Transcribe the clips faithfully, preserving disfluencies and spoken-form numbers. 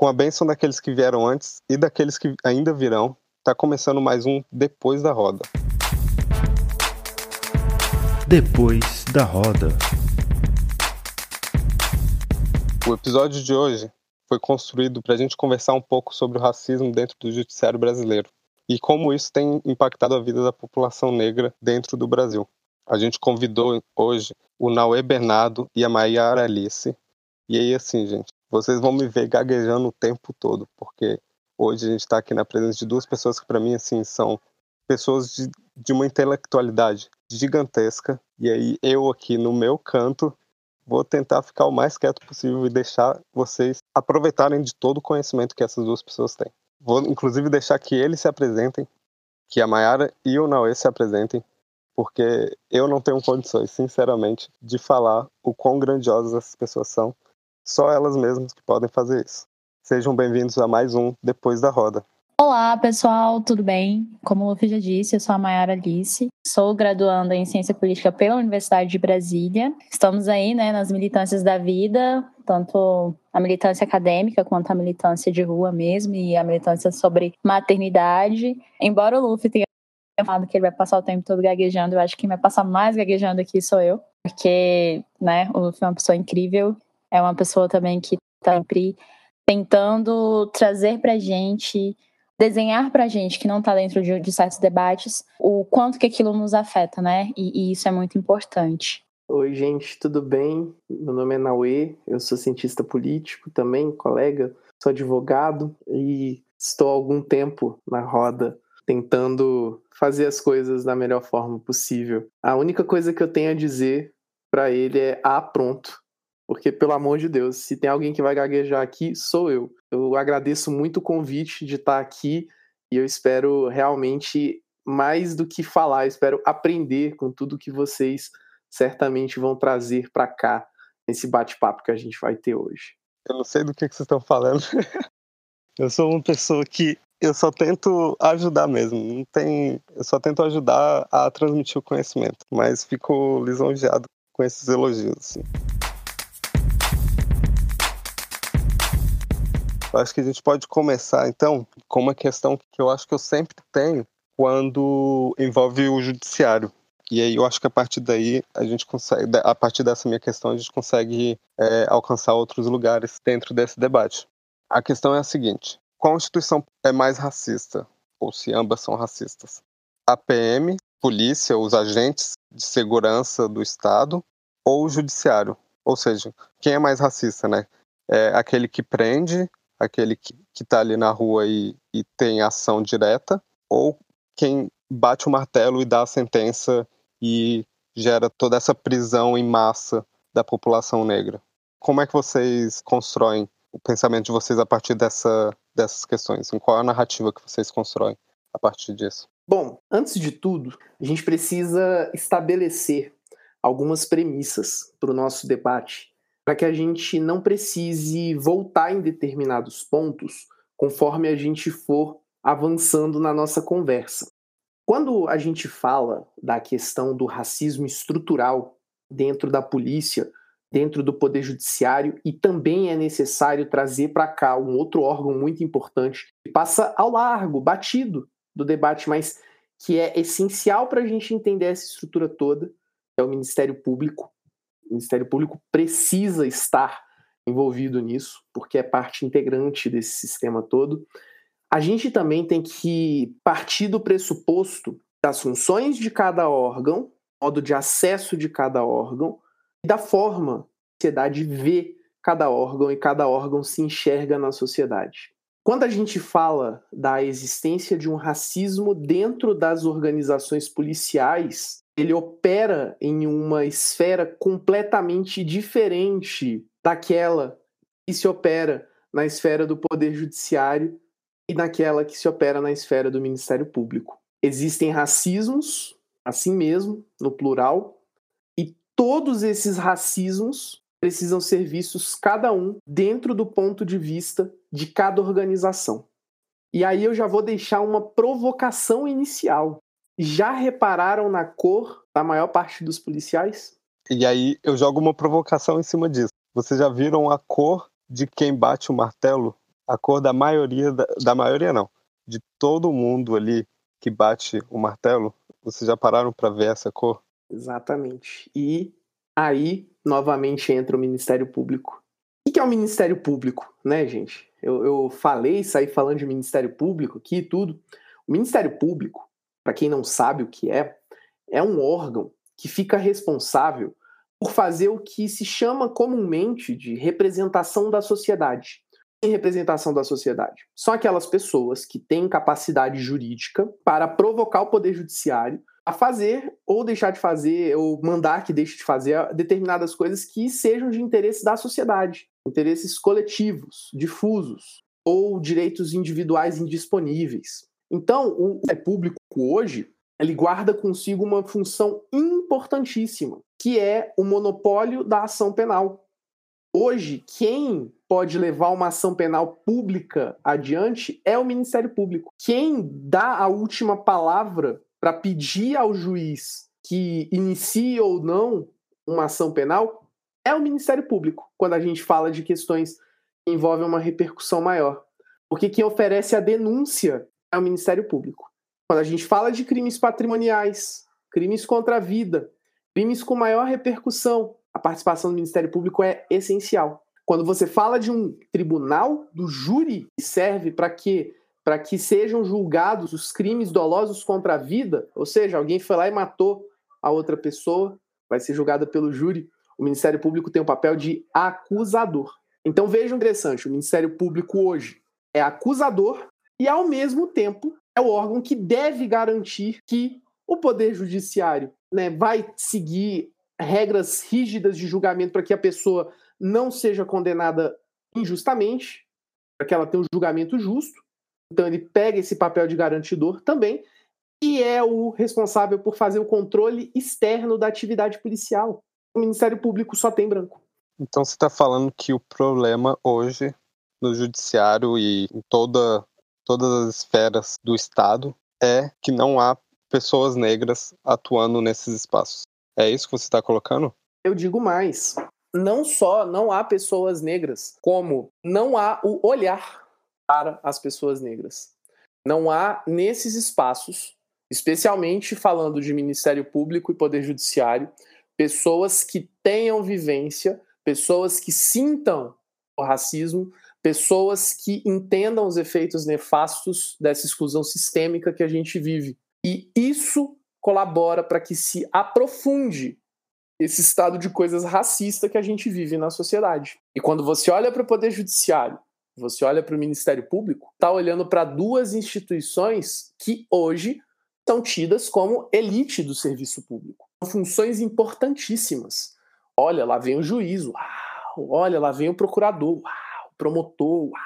Com a bênção daqueles que vieram antes e daqueles que ainda virão, tá começando mais um Depois da Roda. Depois da Roda. O episódio de hoje foi construído para a gente conversar um pouco sobre o racismo dentro do judiciário brasileiro e como isso tem impactado a vida da população negra dentro do Brasil. A gente convidou hoje o Nauê Bernardo e a Mayara Alice. E aí, assim, gente, vocês vão me ver gaguejando o tempo todo, porque hoje a gente está aqui na presença de duas pessoas que, para mim, assim, são pessoas de, de uma intelectualidade gigantesca. E aí, eu aqui no meu canto, vou tentar ficar o mais quieto possível e deixar vocês aproveitarem de todo o conhecimento que essas duas pessoas têm. Vou, inclusive, deixar que eles se apresentem, que a Mayara e o Nauê se apresentem, porque eu não tenho condições, sinceramente, de falar o quão grandiosas essas pessoas são. Só elas mesmas que podem fazer isso. Sejam bem-vindos a mais um Depois da Roda. Olá, pessoal, tudo bem? Como o Luffy já disse, eu sou a Mayara Alice, sou graduanda em Ciência Política pela Universidade de Brasília. Estamos aí, né, nas militâncias da vida, tanto a militância acadêmica quanto a militância de rua mesmo e a militância sobre maternidade. Embora o Luffy tenha falado que ele vai passar o tempo todo gaguejando, eu acho que quem vai passar mais gaguejando aqui sou eu, porque, né, o Luffy é uma pessoa incrível, é uma pessoa também que está sempre tentando trazer pra gente, desenhar pra gente, que não está dentro de, de certos debates, o quanto que aquilo nos afeta, né? E, e isso é muito importante. Oi, gente, tudo bem? Meu nome é Nauê, eu sou cientista político também, colega, sou advogado e estou há algum tempo na roda tentando fazer as coisas da melhor forma possível. A única coisa que eu tenho a dizer para ele é: ah, pronto. Porque, pelo amor de Deus, se tem alguém que vai gaguejar aqui, sou eu. Eu agradeço muito o convite de estar aqui e eu espero realmente, mais do que falar, eu espero aprender com tudo que vocês certamente vão trazer para cá, nesse bate-papo que a gente vai ter hoje. Eu não sei do que, que vocês estão falando. Eu sou uma pessoa que eu só tento ajudar mesmo. Não tem... Eu só tento ajudar a transmitir o conhecimento. Mas fico lisonjeado com esses elogios, assim. Eu acho que a gente pode começar, então, com uma questão que eu acho que eu sempre tenho quando envolve o judiciário. E aí eu acho que a partir daí, a gente consegue, a partir dessa minha questão, a gente consegue é, alcançar outros lugares dentro desse debate. A questão é a seguinte: qual instituição é mais racista? Ou se ambas são racistas? A P M, polícia, os agentes de segurança do Estado, ou o judiciário? Ou seja, quem é mais racista, né? É aquele que prende, aquele que está ali na rua e, e tem ação direta, ou quem bate o martelo e dá a sentença e gera toda essa prisão em massa da população negra? Como é que vocês constroem o pensamento de vocês a partir dessa, dessas questões? Em qual é a narrativa que vocês constroem a partir disso? Bom, antes de tudo, a gente precisa estabelecer algumas premissas para o nosso debate, para que a gente não precise voltar em determinados pontos conforme a gente for avançando na nossa conversa. Quando a gente fala da questão do racismo estrutural dentro da polícia, dentro do Poder Judiciário, e também é necessário trazer para cá um outro órgão muito importante, que passa ao largo, batido do debate, mas que é essencial para a gente entender essa estrutura toda, é o Ministério Público. O Ministério Público precisa estar envolvido nisso, porque é parte integrante desse sistema todo. A gente também tem que partir do pressuposto das funções de cada órgão, modo de acesso de cada órgão, e da forma que a sociedade vê cada órgão e cada órgão se enxerga na sociedade. Quando a gente fala da existência de um racismo dentro das organizações policiais, ele opera em uma esfera completamente diferente daquela que se opera na esfera do Poder Judiciário e naquela que se opera na esfera do Ministério Público. Existem racismos, assim mesmo, no plural, e todos esses racismos precisam ser vistos cada um dentro do ponto de vista de cada organização. E aí eu já vou deixar uma provocação inicial. Já repararam na cor da maior parte dos policiais? E aí eu jogo uma provocação em cima disso. Vocês já viram a cor de quem bate o martelo? a cor da maioria, da, da maioria não, de todo mundo ali que bate o martelo? Vocês já pararam para ver essa cor? Exatamente. E aí, novamente, entra o Ministério Público. O que é o Ministério Público, né, gente? Eu, eu falei, saí falando de Ministério Público aqui e tudo. O Ministério Público, para quem não sabe o que é, é um órgão que fica responsável por fazer o que se chama comumente de representação da sociedade. Em representação da sociedade, são aquelas pessoas que têm capacidade jurídica para provocar o Poder Judiciário a fazer ou deixar de fazer, ou mandar que deixe de fazer determinadas coisas que sejam de interesse da sociedade, interesses coletivos, difusos, ou direitos individuais indisponíveis. Então, o Ministério Público hoje, ele guarda consigo uma função importantíssima, que é o monopólio da ação penal. Hoje, quem pode levar uma ação penal pública adiante é o Ministério Público. Quem dá a última palavra para pedir ao juiz que inicie ou não uma ação penal é o Ministério Público, quando a gente fala de questões que envolvem uma repercussão maior. Porque quem oferece a denúncia é o Ministério Público. Quando a gente fala de crimes patrimoniais, crimes contra a vida, crimes com maior repercussão, a participação do Ministério Público é essencial. Quando você fala de um tribunal do júri que serve para que, para que sejam julgados os crimes dolosos contra a vida, ou seja, alguém foi lá e matou a outra pessoa, vai ser julgada pelo júri, o Ministério Público tem o papel de acusador. Então vejam interessante, o Ministério Público hoje é acusador e, ao mesmo tempo, é o órgão que deve garantir que o Poder Judiciário, né, vai seguir regras rígidas de julgamento para que a pessoa não seja condenada injustamente, para que ela tenha um julgamento justo. Então ele pega esse papel de garantidor também, e é o responsável por fazer o controle externo da atividade policial. O Ministério Público só tem branco. Então você está falando que o problema hoje no judiciário e em toda, todas as esferas do Estado é que não há pessoas negras atuando nesses espaços. É isso que você está colocando? Eu digo mais. Não só não há pessoas negras, como não há o olhar para as pessoas negras. Não há nesses espaços, especialmente falando de Ministério Público e Poder Judiciário, pessoas que tenham vivência, pessoas que sintam o racismo, pessoas que entendam os efeitos nefastos dessa exclusão sistêmica que a gente vive. E isso colabora para que se aprofunde esse estado de coisas racista que a gente vive na sociedade. E quando você olha para o Poder Judiciário, você olha para o Ministério Público, está olhando para duas instituições que hoje são tidas como elite do serviço público. São funções importantíssimas. Olha, lá vem o juiz, uau! Olha, lá vem o procurador, uau! O promotor, uau!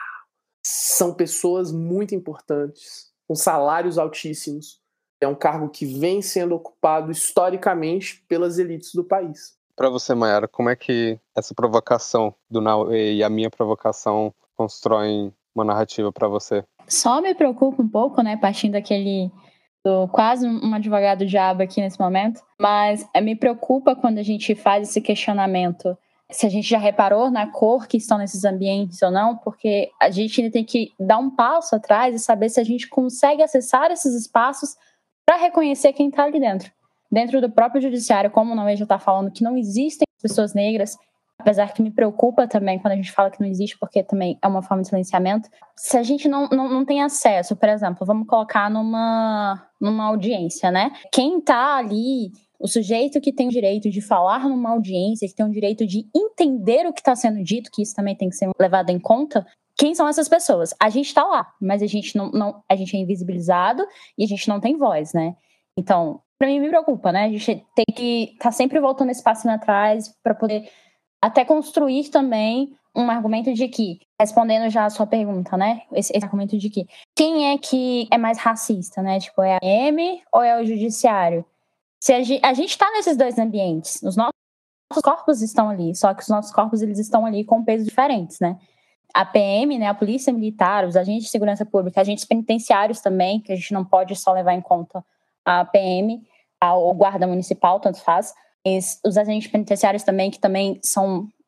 São pessoas muito importantes, com salários altíssimos. É um cargo que vem sendo ocupado historicamente pelas elites do país. Para você, Mayara, como é que essa provocação do Naue e a minha provocação constroem uma narrativa para você? Só me preocupa um pouco, né, partindo daquele do quase um advogado diabo aqui nesse momento, mas me preocupa quando a gente faz esse questionamento, se a gente já reparou na cor que estão nesses ambientes ou não, porque a gente ainda tem que dar um passo atrás e saber se a gente consegue acessar esses espaços para reconhecer quem está ali dentro. Dentro do próprio judiciário, como o Naue já está falando, que não existem pessoas negras, apesar que me preocupa também quando a gente fala que não existe, porque também é uma forma de silenciamento. Se a gente não, não, não tem acesso, por exemplo, vamos colocar numa, numa audiência, né? Quem está ali, o sujeito que tem o direito de falar numa audiência, que tem o direito de entender o que está sendo dito, que isso também tem que ser levado em conta. Quem são essas pessoas? A gente está lá, mas a gente não, não, a gente é invisibilizado e a gente não tem voz, né? Então, para mim me preocupa, né? A gente tem que estar tá sempre voltando esse passinho atrás para poder até construir também um argumento de que, respondendo já a sua pergunta, né? Esse, esse argumento de que quem é que é mais racista, né? Tipo, é a P M ou é o judiciário? Se a gente, a gente está nesses dois ambientes, os nossos corpos estão ali, só que os nossos corpos eles estão ali com pesos diferentes, né? A P M, né, a Polícia Militar, os agentes de segurança pública, agentes penitenciários também, que a gente não pode só levar em conta a P M, a, o guarda municipal, tanto faz. Os agentes penitenciários também, que também são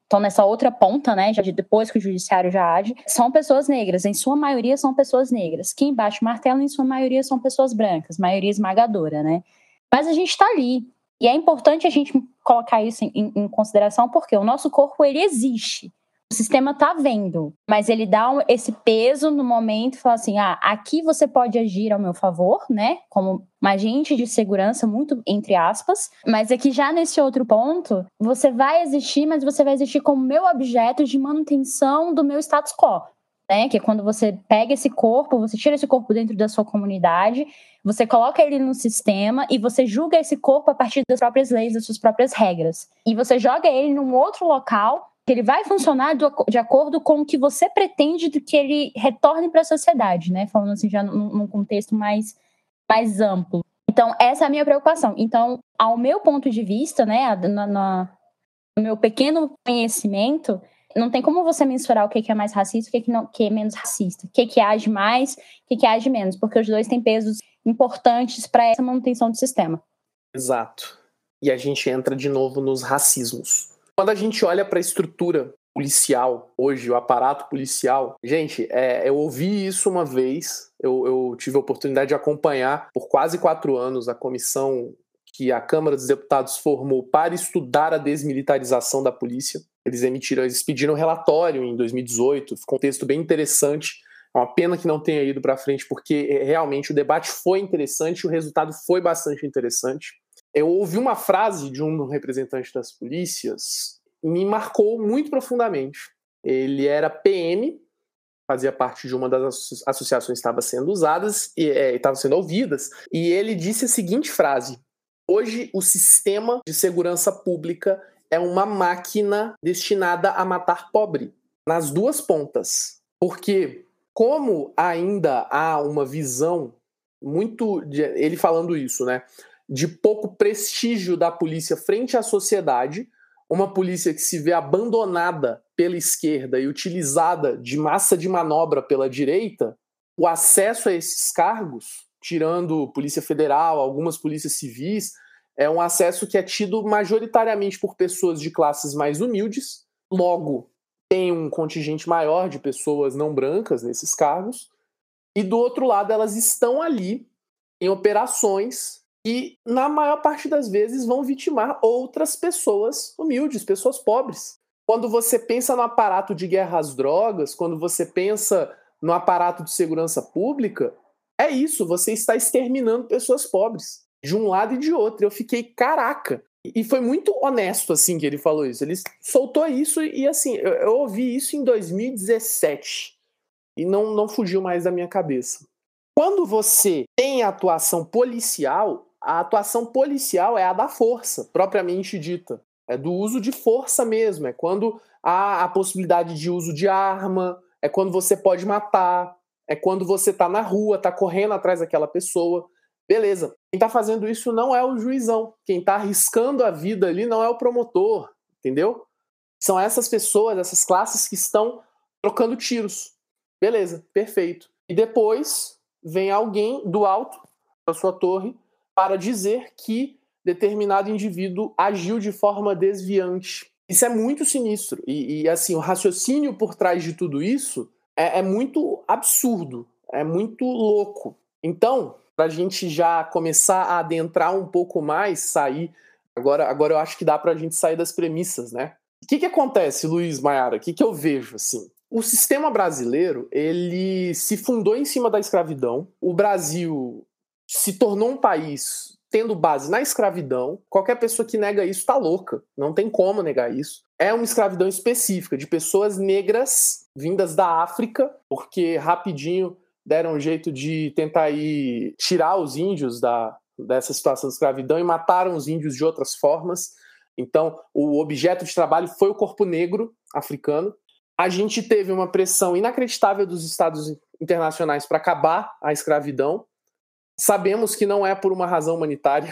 estão nessa outra ponta, né, já de depois que o judiciário já age, são pessoas negras, em sua maioria são pessoas negras. Quem bate o martelo, em sua maioria, são pessoas brancas, maioria esmagadora, né? Mas a gente está ali. E é importante a gente colocar isso em, em, em consideração, porque o nosso corpo, ele existe. O sistema está vendo, mas ele dá um, esse peso no momento e fala assim, ah, aqui você pode agir ao meu favor, né, como um agente de segurança, muito entre aspas, mas aqui já nesse outro ponto, você vai existir, mas você vai existir como meu objeto de manutenção do meu status quo, né, que é quando você pega esse corpo, você tira esse corpo dentro da sua comunidade, você coloca ele no sistema e você julga esse corpo a partir das próprias leis, das suas próprias regras, e você joga ele num outro local que ele vai funcionar de acordo com o que você pretende de que ele retorne para a sociedade, né? Falando assim, já num, num contexto mais, mais amplo. Então, essa é a minha preocupação. Então, ao meu ponto de vista, né, na, na, no meu pequeno conhecimento, não tem como você mensurar o que é mais racista e o que, não, que é menos racista. O que, que age mais, o que, que age menos. Porque os dois têm pesos importantes para essa manutenção do sistema. Exato. E a gente entra de novo nos racismos. Quando a gente olha para a estrutura policial, hoje, o aparato policial, gente, é, eu ouvi isso uma vez, eu, eu tive a oportunidade de acompanhar por quase quatro anos a comissão que a Câmara dos Deputados formou para estudar a desmilitarização da polícia. Eles emitiram, eles pediram um relatório em dois mil e dezoito, ficou um texto bem interessante. É uma pena que não tenha ido para frente, porque realmente o debate foi interessante e o resultado foi bastante interessante. Eu ouvi uma frase de um representante das polícias, me marcou muito profundamente. Ele era P M, fazia parte de uma das associações que estava sendo usadas e é, estava sendo ouvidas, e ele disse a seguinte frase: hoje o sistema de segurança pública é uma máquina destinada a matar pobre, nas duas pontas. Porque como ainda há uma visão muito, de, ele falando isso, né, de pouco prestígio da polícia frente à sociedade, uma polícia que se vê abandonada pela esquerda e utilizada de massa de manobra pela direita, o acesso a esses cargos, tirando Polícia Federal, algumas polícias civis, é um acesso que é tido majoritariamente por pessoas de classes mais humildes, logo tem um contingente maior de pessoas não brancas nesses cargos, e do outro lado elas estão ali em operações e, na maior parte das vezes, vão vitimar outras pessoas humildes, pessoas pobres. Quando você pensa no aparato de guerra às drogas, quando você pensa no aparato de segurança pública, é isso, você está exterminando pessoas pobres, de um lado e de outro. Eu fiquei, caraca! E foi muito honesto, assim, que ele falou isso. Ele soltou isso e, assim, eu, eu ouvi isso em dois mil e dezessete e não, não fugiu mais da minha cabeça. Quando você tem atuação policial, a atuação policial é a da força, propriamente dita. É do uso de força mesmo. É quando há a possibilidade de uso de arma, é quando você pode matar, é quando você tá na rua, tá correndo atrás daquela pessoa. Beleza. Quem tá fazendo isso não é o juizão. Quem tá arriscando a vida ali não é o promotor, entendeu? São essas pessoas, essas classes que estão trocando tiros. Beleza, perfeito. E depois vem alguém do alto da sua torre para dizer que determinado indivíduo agiu de forma desviante. Isso é muito sinistro. E, e assim, o raciocínio por trás de tudo isso é, é muito absurdo, é muito louco. Então, para a gente já começar a adentrar um pouco mais, sair... Agora, agora eu acho que dá para a gente sair das premissas, né? O que, que acontece, Luiz, Maiara? O que, que eu vejo, assim? O sistema brasileiro, ele se fundou em cima da escravidão. O Brasil se tornou um país tendo base na escravidão. Qualquer pessoa que nega isso está louca. Não tem como negar isso. É uma escravidão específica de pessoas negras vindas da África, porque rapidinho deram um jeito de tentar ir tirar os índios da, dessa situação de escravidão e mataram os índios de outras formas. Então, o objeto de trabalho foi o corpo negro africano. A gente teve uma pressão inacreditável dos estados internacionais para acabar a escravidão. Sabemos que não é por uma razão humanitária,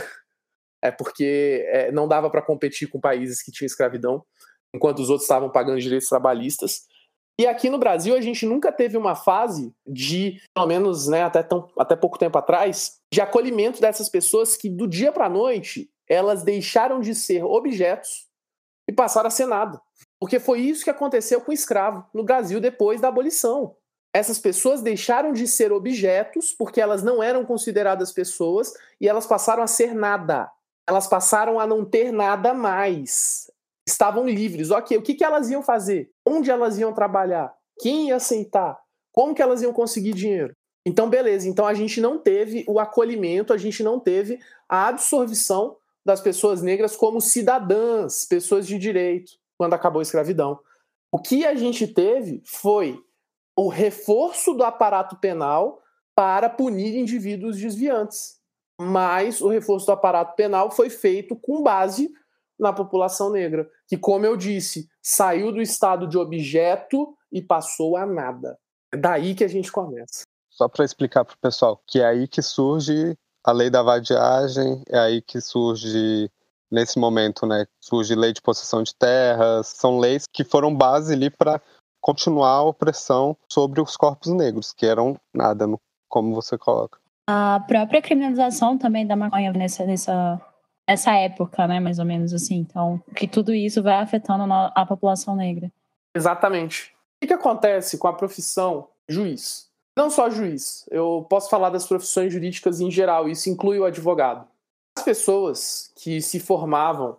é porque é, não dava para competir com países que tinham escravidão, enquanto os outros estavam pagando direitos trabalhistas. E aqui no Brasil a gente nunca teve uma fase de, pelo menos, né, até, tão, até pouco tempo atrás, de acolhimento dessas pessoas que do dia para a noite elas deixaram de ser objetos e passaram a ser nada. Porque foi isso que aconteceu com o escravo no Brasil depois da abolição. Essas pessoas deixaram de ser objetos porque elas não eram consideradas pessoas e elas passaram a ser nada. Elas passaram a não ter nada mais. Estavam livres. Ok, o que, que elas iam fazer? Onde elas iam trabalhar? Quem ia aceitar? Como que elas iam conseguir dinheiro? Então, beleza. Então, a gente não teve o acolhimento, a gente não teve a absorção das pessoas negras como cidadãs, pessoas de direito, quando acabou a escravidão. O que a gente teve foi o reforço do aparato penal para punir indivíduos desviantes. Mas o reforço do aparato penal foi feito com base na população negra, que, como eu disse, saiu do estado de objeto e passou a nada. É daí que a gente começa. Só para explicar para o pessoal, que é aí que surge a lei da vadiagem, é aí que surge, nesse momento, né, surge lei de possessão de terras, são leis que foram base ali para continuar a opressão sobre os corpos negros, que eram nada, como você coloca. A própria criminalização também da maconha nessa, nessa, nessa época, né, mais ou menos assim. Então, que tudo isso vai afetando a população negra. Exatamente. O que acontece com a profissão juiz? Não só juiz, eu posso falar das profissões jurídicas em geral, isso inclui o advogado. As pessoas que se formavam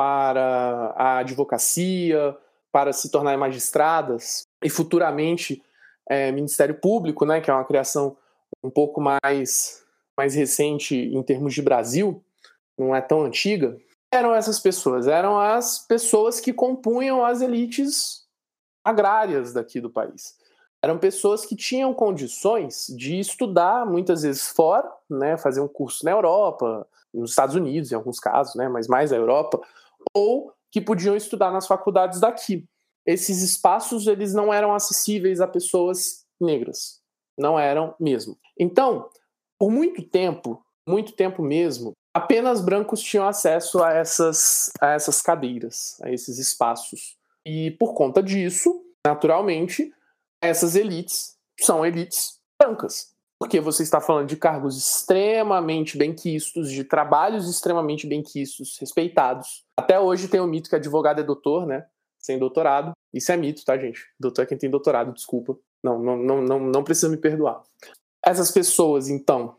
para a advocacia, para se tornarem magistradas e futuramente é, Ministério Público, né, que é uma criação um pouco mais, mais recente em termos de Brasil, não é tão antiga, eram essas pessoas, eram as pessoas que compunham as elites agrárias daqui do país. Eram pessoas que tinham condições de estudar, muitas vezes fora, né, fazer um curso na Europa, nos Estados Unidos, em alguns casos, né, mas mais na Europa, ou que podiam estudar nas faculdades daqui. Esses espaços eles não eram acessíveis a pessoas negras. Não eram mesmo. Então, por muito tempo, muito tempo mesmo, apenas brancos tinham acesso a essas, a essas cadeiras, a esses espaços. E por conta disso, naturalmente, essas elites são elites brancas. Porque você está falando de cargos extremamente benquistos, de trabalhos extremamente benquistos, respeitados. Até hoje tem o mito que advogado é doutor, né? Sem doutorado. Isso é mito, tá, gente? Doutor é quem tem doutorado, desculpa. Não, não, não, não, não precisa me perdoar. Essas pessoas, então,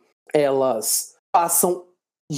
elas passam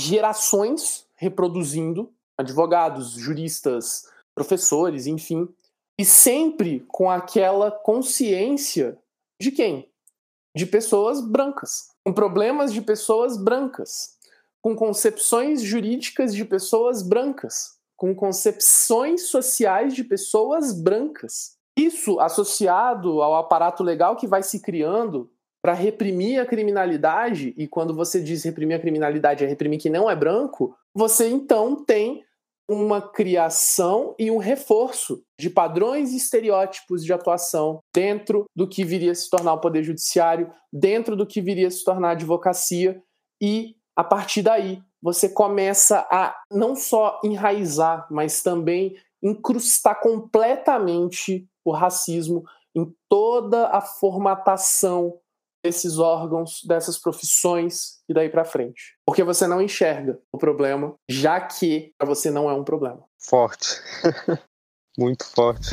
gerações reproduzindo advogados, juristas, professores, enfim, e sempre com aquela consciência de quem? De pessoas brancas, com problemas de pessoas brancas, com concepções jurídicas de pessoas brancas, com concepções sociais de pessoas brancas. Isso associado ao aparato legal que vai se criando para reprimir a criminalidade, e quando você diz reprimir a criminalidade é reprimir quem não é branco, você então tem uma criação e um reforço de padrões e estereótipos de atuação dentro do que viria a se tornar o Poder Judiciário, dentro do que viria a se tornar a advocacia, e a partir daí você começa a não só enraizar, mas também incrustar completamente o racismo em toda a formatação desses órgãos, dessas profissões e daí pra frente. Porque você não enxerga o problema, já que pra você não é um problema. Forte. Muito forte.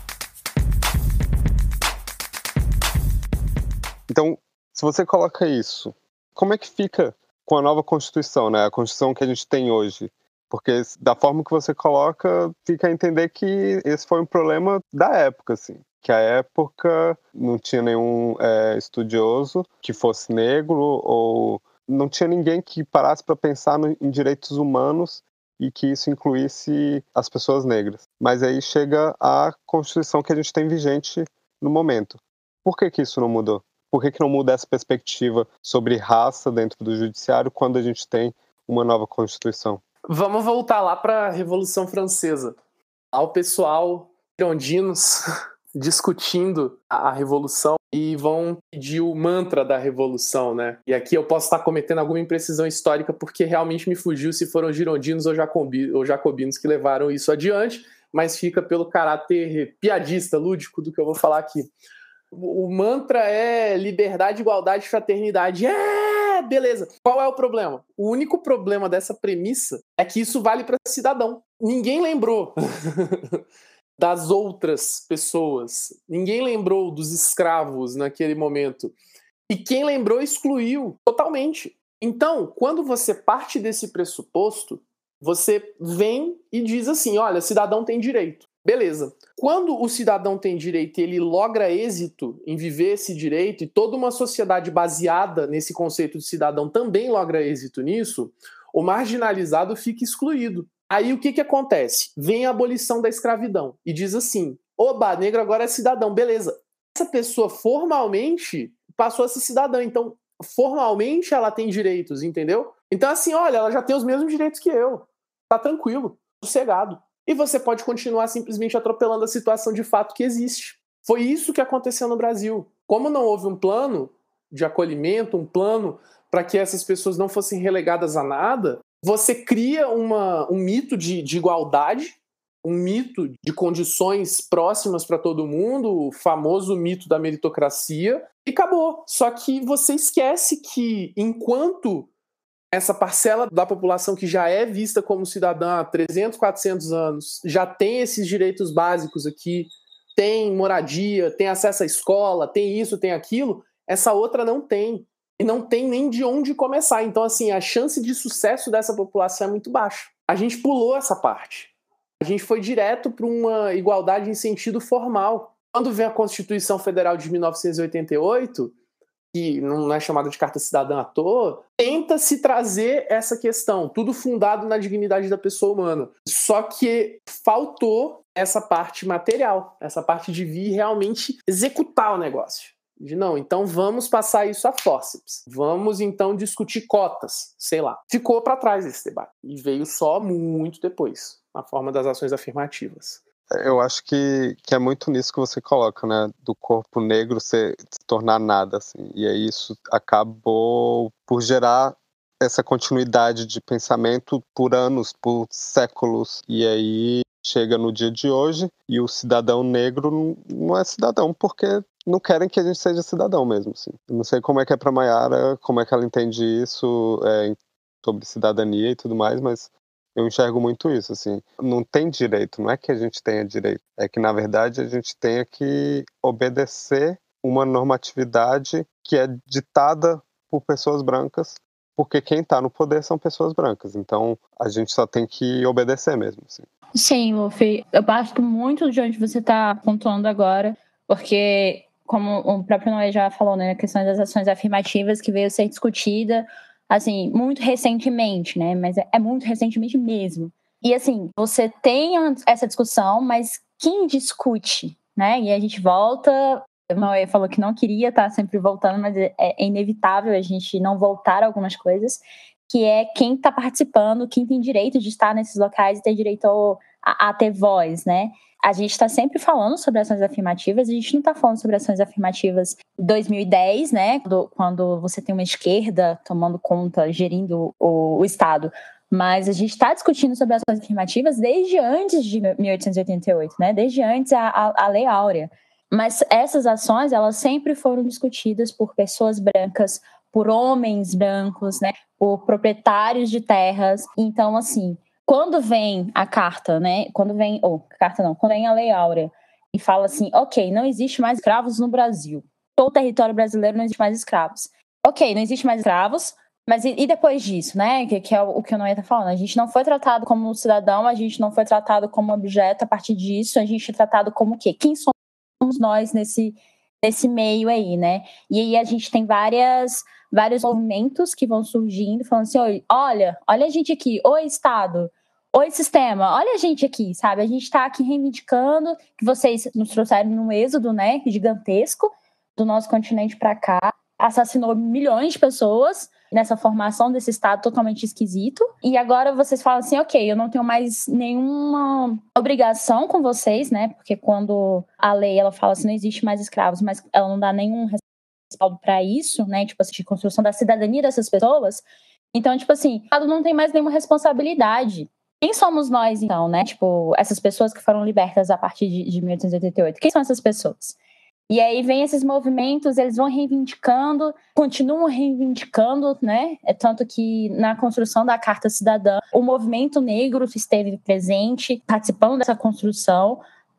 Então, se você coloca isso, como é que fica com a nova Constituição, né? A Constituição que a gente tem hoje? Porque da forma que você coloca, fica a entender que esse foi um problema da época, assim. Que a época não tinha nenhum é, estudioso que fosse negro, ou não tinha ninguém que parasse para pensar no, em direitos humanos e que isso incluísse as pessoas negras. Mas aí chega a Constituição que a gente tem vigente no momento. Por que que isso não mudou? Por que que não muda essa perspectiva sobre raça dentro do judiciário quando a gente tem uma nova Constituição? Vamos voltar lá para a Revolução Francesa. Ao pessoal girondinos discutindo a Revolução e vão pedir o mantra da Revolução, né? E aqui eu posso estar cometendo alguma imprecisão histórica porque realmente me fugiu se foram girondinos ou, jacobi, ou jacobinos que levaram isso adiante, mas fica pelo caráter piadista, lúdico do que eu vou falar aqui. O, o mantra é liberdade, igualdade, fraternidade. É, beleza. Qual é o problema? O único problema dessa premissa é que isso vale para cidadão. Ninguém lembrou das outras pessoas. Ninguém lembrou dos escravos naquele momento. E quem lembrou excluiu totalmente. Então, quando você parte desse pressuposto, você vem e diz assim, olha, cidadão tem direito. Beleza. Quando o cidadão tem direito e ele logra êxito em viver esse direito, e toda uma sociedade baseada nesse conceito de cidadão também logra êxito nisso, o marginalizado fica excluído. Aí o que, que acontece? Vem a abolição da escravidão e diz assim, oba, negro agora é cidadão, beleza. Essa pessoa formalmente passou a ser cidadã, então formalmente ela tem direitos, entendeu? Então assim, olha, ela já tem os mesmos direitos que eu. Tá tranquilo, sossegado. E você pode continuar simplesmente atropelando a situação de fato que existe. Foi isso que aconteceu no Brasil. Como não houve um plano de acolhimento, um plano para que essas pessoas não fossem relegadas a nada, você cria uma, um mito de, de igualdade, um mito de condições próximas para todo mundo, o famoso mito da meritocracia, e acabou. Só que você esquece que enquanto essa parcela da população que já é vista como cidadã há trezentos, quatrocentos anos, já tem esses direitos básicos aqui, tem moradia, tem acesso à escola, tem isso, tem aquilo, essa outra não tem. E não tem nem de onde começar. Então, assim, a chance de sucesso dessa população é muito baixa. A gente pulou essa parte. A gente foi direto para uma igualdade em sentido formal. Quando vem a Constituição Federal de mil novecentos e oitenta e oito... que não é chamada de Carta Cidadã à toa, tenta-se trazer essa questão, tudo fundado na dignidade da pessoa humana. Só que faltou essa parte material, essa parte de vir realmente executar o negócio. De não, então vamos passar isso a fórceps. Vamos então discutir cotas, sei lá. Ficou para trás esse debate e veio só muito depois, na forma das ações afirmativas. Eu acho que, que é muito nisso que você coloca, né? Do corpo negro se, se tornar nada, assim. E aí isso acabou por gerar essa continuidade de pensamento por anos, por séculos. E aí chega no dia de hoje e o cidadão negro não é cidadão porque não querem que a gente seja cidadão mesmo, assim. Eu não sei como é que é pra Mayara, como é que ela entende isso é, sobre cidadania e tudo mais, mas eu enxergo muito isso, assim. Não tem direito, não é que a gente tenha direito. É que, na verdade, a gente tenha que obedecer uma normatividade que é ditada por pessoas brancas, porque quem está no poder são pessoas brancas. Então, a gente só tem que obedecer mesmo, assim. Sim, Luffy. Eu gosto muito de onde você está pontuando agora, porque, como o próprio Noé já falou, né, a questão das ações afirmativas que veio a ser discutida assim, muito recentemente, né? Mas é muito recentemente mesmo. E, assim, você tem essa discussão, mas quem discute, né? E a gente volta... O Noé falou que não queria estar sempre voltando, mas é, é inevitável a gente não voltar a algumas coisas, que é quem está participando, quem tem direito de estar nesses locais e ter direito a, a ter voz, né? A gente está sempre falando sobre ações afirmativas, a gente não está falando sobre ações afirmativas em dois mil e dez, né, quando, quando você tem uma esquerda tomando conta, gerindo o, o Estado, mas a gente está discutindo sobre ações afirmativas desde antes de mil oitocentos e oitenta e oito, né, desde antes a, a, a Lei Áurea. Mas essas ações, elas sempre foram discutidas por pessoas brancas, por homens brancos, né, por proprietários de terras. Então, assim, quando vem a carta, né, quando vem, ou oh, carta não, quando vem a Lei Áurea e fala assim, ok, não existe mais escravos no Brasil, todo o território brasileiro não existe mais escravos. Ok, não existe mais escravos, mas e, e depois disso, né, que, que é o, o que o Noé tá falando, a gente não foi tratado como cidadão, a gente não foi tratado como objeto, a partir disso a gente é tratado como o quê? Quem somos nós nesse, nesse meio aí, né? E aí a gente tem várias... vários movimentos que vão surgindo, falando assim, olha, olha a gente aqui, oi Estado, oi sistema, olha a gente aqui, sabe? A gente está aqui reivindicando que vocês nos trouxeram num êxodo, né, gigantesco do nosso continente para cá, assassinou milhões de pessoas nessa formação desse Estado totalmente esquisito, e agora vocês falam assim, ok, eu não tenho mais nenhuma obrigação com vocês, né, porque quando a lei, ela fala assim, não existe mais escravos, mas ela não dá nenhum respaldo para isso, né, tipo assim, de construção da cidadania dessas pessoas, então, tipo assim, o Estado não tem mais nenhuma responsabilidade. Quem somos nós, então, né, tipo, essas pessoas que foram libertas a partir de, de mil oitocentos e oitenta e oito, quem são essas pessoas? E aí vem esses movimentos, eles vão reivindicando, continuam reivindicando, né? É tanto que na construção da Carta Cidadã, o movimento negro esteve presente, participando dessa construção,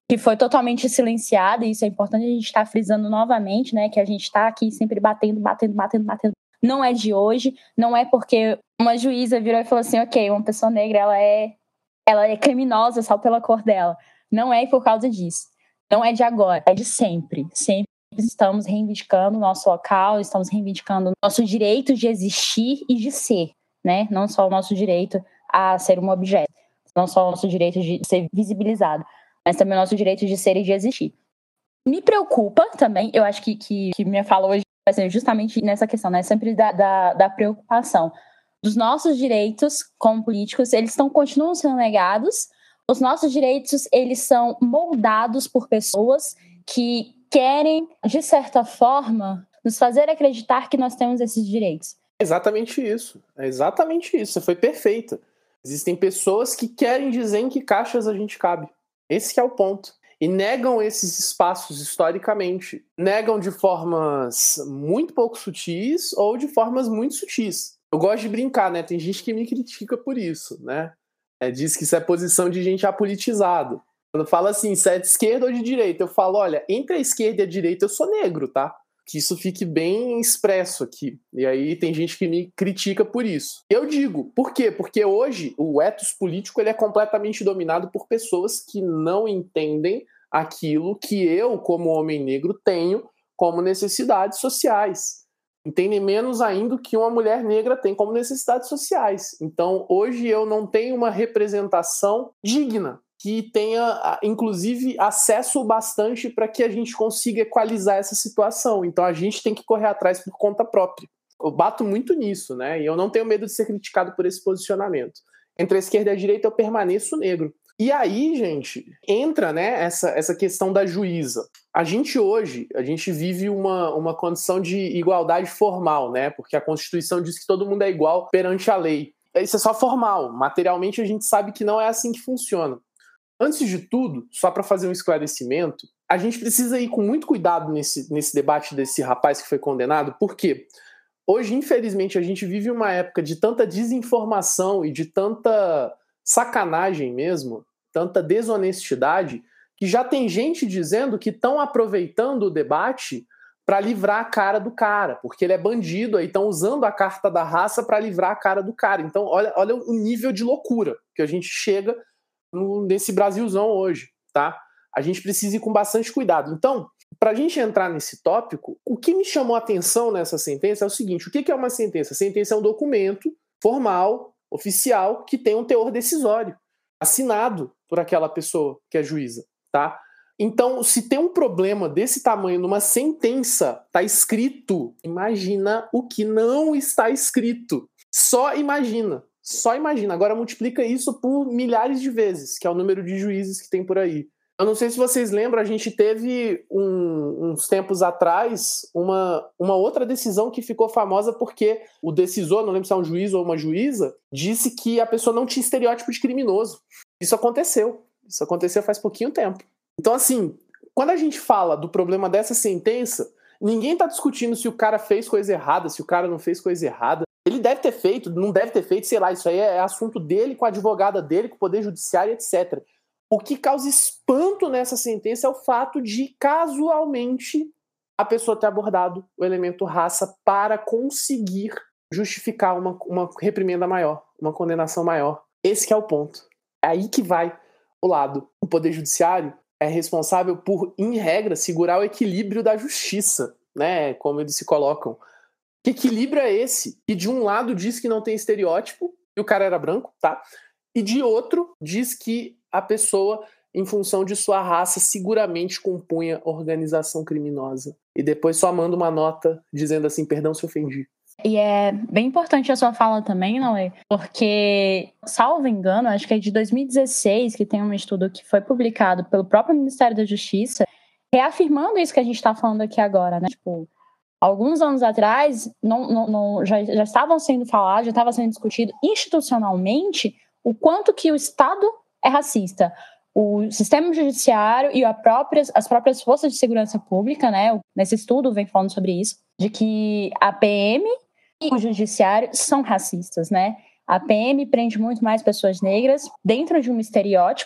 que foi totalmente silenciada, e isso é importante a gente estar frisando novamente, né, que a gente está aqui sempre batendo, batendo, batendo, batendo. Não é de hoje, não é porque uma juíza virou e falou assim, ok, uma pessoa negra, ela é, ela é criminosa só pela cor dela. Não é por causa disso. Não é de agora, é de sempre. Sempre estamos reivindicando o nosso local, estamos reivindicando o nosso direito de existir e de ser, né? Não só o nosso direito a ser um objeto, não só o nosso direito de ser visibilizado, mas também o nosso direito de ser e de existir. Me preocupa também, eu acho que, que, que minha fala hoje vai ser justamente nessa questão, né? Sempre da, da, da preocupação dos nossos direitos como políticos, eles estão, continuam sendo negados. Os nossos direitos, eles são moldados por pessoas que querem, de certa forma, nos fazer acreditar que nós temos esses direitos. Exatamente isso, é exatamente isso, você foi perfeita. Existem pessoas que querem dizer em que caixas a gente cabe. Esse que é o ponto. E negam esses espaços historicamente. Negam de formas muito pouco sutis ou de formas muito sutis. Eu gosto de brincar, né? Tem gente que me critica por isso, né? É, diz que isso é posição de gente apolitizado. Quando fala assim, se é de esquerda ou de direita, eu falo, olha, entre a esquerda e a direita eu sou negro, tá? Que isso fique bem expresso aqui. E aí tem gente que me critica por isso. Eu digo, por quê? Porque hoje o ethos político ele é completamente dominado por pessoas que não entendem aquilo que eu, como homem negro, tenho como necessidades sociais. Entendem menos ainda que uma mulher negra tem como necessidades sociais. Então, hoje eu não tenho uma representação digna, que tenha, inclusive, acesso bastante para que a gente consiga equalizar essa situação. Então, a gente tem que correr atrás por conta própria. Eu bato muito nisso, né? E eu não tenho medo de ser criticado por esse posicionamento. Entre a esquerda e a direita, eu permaneço negro. E aí, gente, entra, né, essa, essa questão da juíza. A gente hoje, a gente vive uma, uma condição de igualdade formal, né? Porque a Constituição diz que todo mundo é igual perante a lei. Isso é só formal. Materialmente, a gente sabe que não é assim que funciona. Antes de tudo, só para fazer um esclarecimento, a gente precisa ir com muito cuidado nesse, nesse debate desse rapaz que foi condenado, porque hoje, infelizmente, a gente vive uma época de tanta desinformação e de tanta sacanagem mesmo, tanta desonestidade, que já tem gente dizendo que estão aproveitando o debate para livrar a cara do cara, porque ele é bandido, aí estão usando a carta da raça para livrar a cara do cara. Então, olha, olha o nível de loucura que a gente chega no, nesse Brasilzão hoje, tá? A gente precisa ir com bastante cuidado. Então, para a gente entrar nesse tópico, o que me chamou a atenção nessa sentença é o seguinte: o que é uma sentença? A sentença é um documento formal, oficial, que tem um teor decisório, assinado por aquela pessoa que é juíza, tá? Então, se tem um problema desse tamanho numa sentença, tá escrito, imagina o que não está escrito. Só imagina, só imagina. Agora multiplica isso por milhares de vezes, que é o número de juízes que tem por aí. Eu não sei se vocês lembram, a gente teve um, uns tempos atrás uma, uma outra decisão que ficou famosa porque o decisor, não lembro se é um juiz ou uma juíza, disse que a pessoa não tinha estereótipo de criminoso. Isso aconteceu. Isso aconteceu faz pouquinho tempo. Então, assim, quando a gente fala do problema dessa sentença, ninguém está discutindo se o cara fez coisa errada, se o cara não fez coisa errada. Ele deve ter feito, não deve ter feito, sei lá, isso aí é assunto dele com a advogada dele, com o poder judiciário, etcétera. O que causa espanto nessa sentença é o fato de, casualmente, a pessoa ter abordado o elemento raça para conseguir justificar uma, uma reprimenda maior, uma condenação maior. Esse que é o ponto. É aí que vai o lado. O Poder Judiciário é responsável por, em regra, segurar o equilíbrio da justiça, né? Como eles se colocam. Que equilíbrio é esse? Que de um lado diz que não tem estereótipo, e o cara era branco, tá? E de outro diz que a pessoa, em função de sua raça, seguramente compunha organização criminosa. E depois só manda uma nota dizendo assim, perdão se ofendi. E é bem importante a sua fala também, não é? Porque, salvo engano, acho que é de dois mil e dezesseis que tem um estudo que foi publicado pelo próprio Ministério da Justiça, reafirmando isso que a gente está falando aqui agora, né? Tipo, alguns anos atrás, não, não, não, já, já estavam sendo falados, já estava sendo discutido institucionalmente o quanto que o Estado é racista. O sistema judiciário e a próprias, as próprias forças de segurança pública, né, nesse estudo vem falando sobre isso, de que a P M e o judiciário são racistas, né? A P M prende muito mais pessoas negras dentro de um estereótipo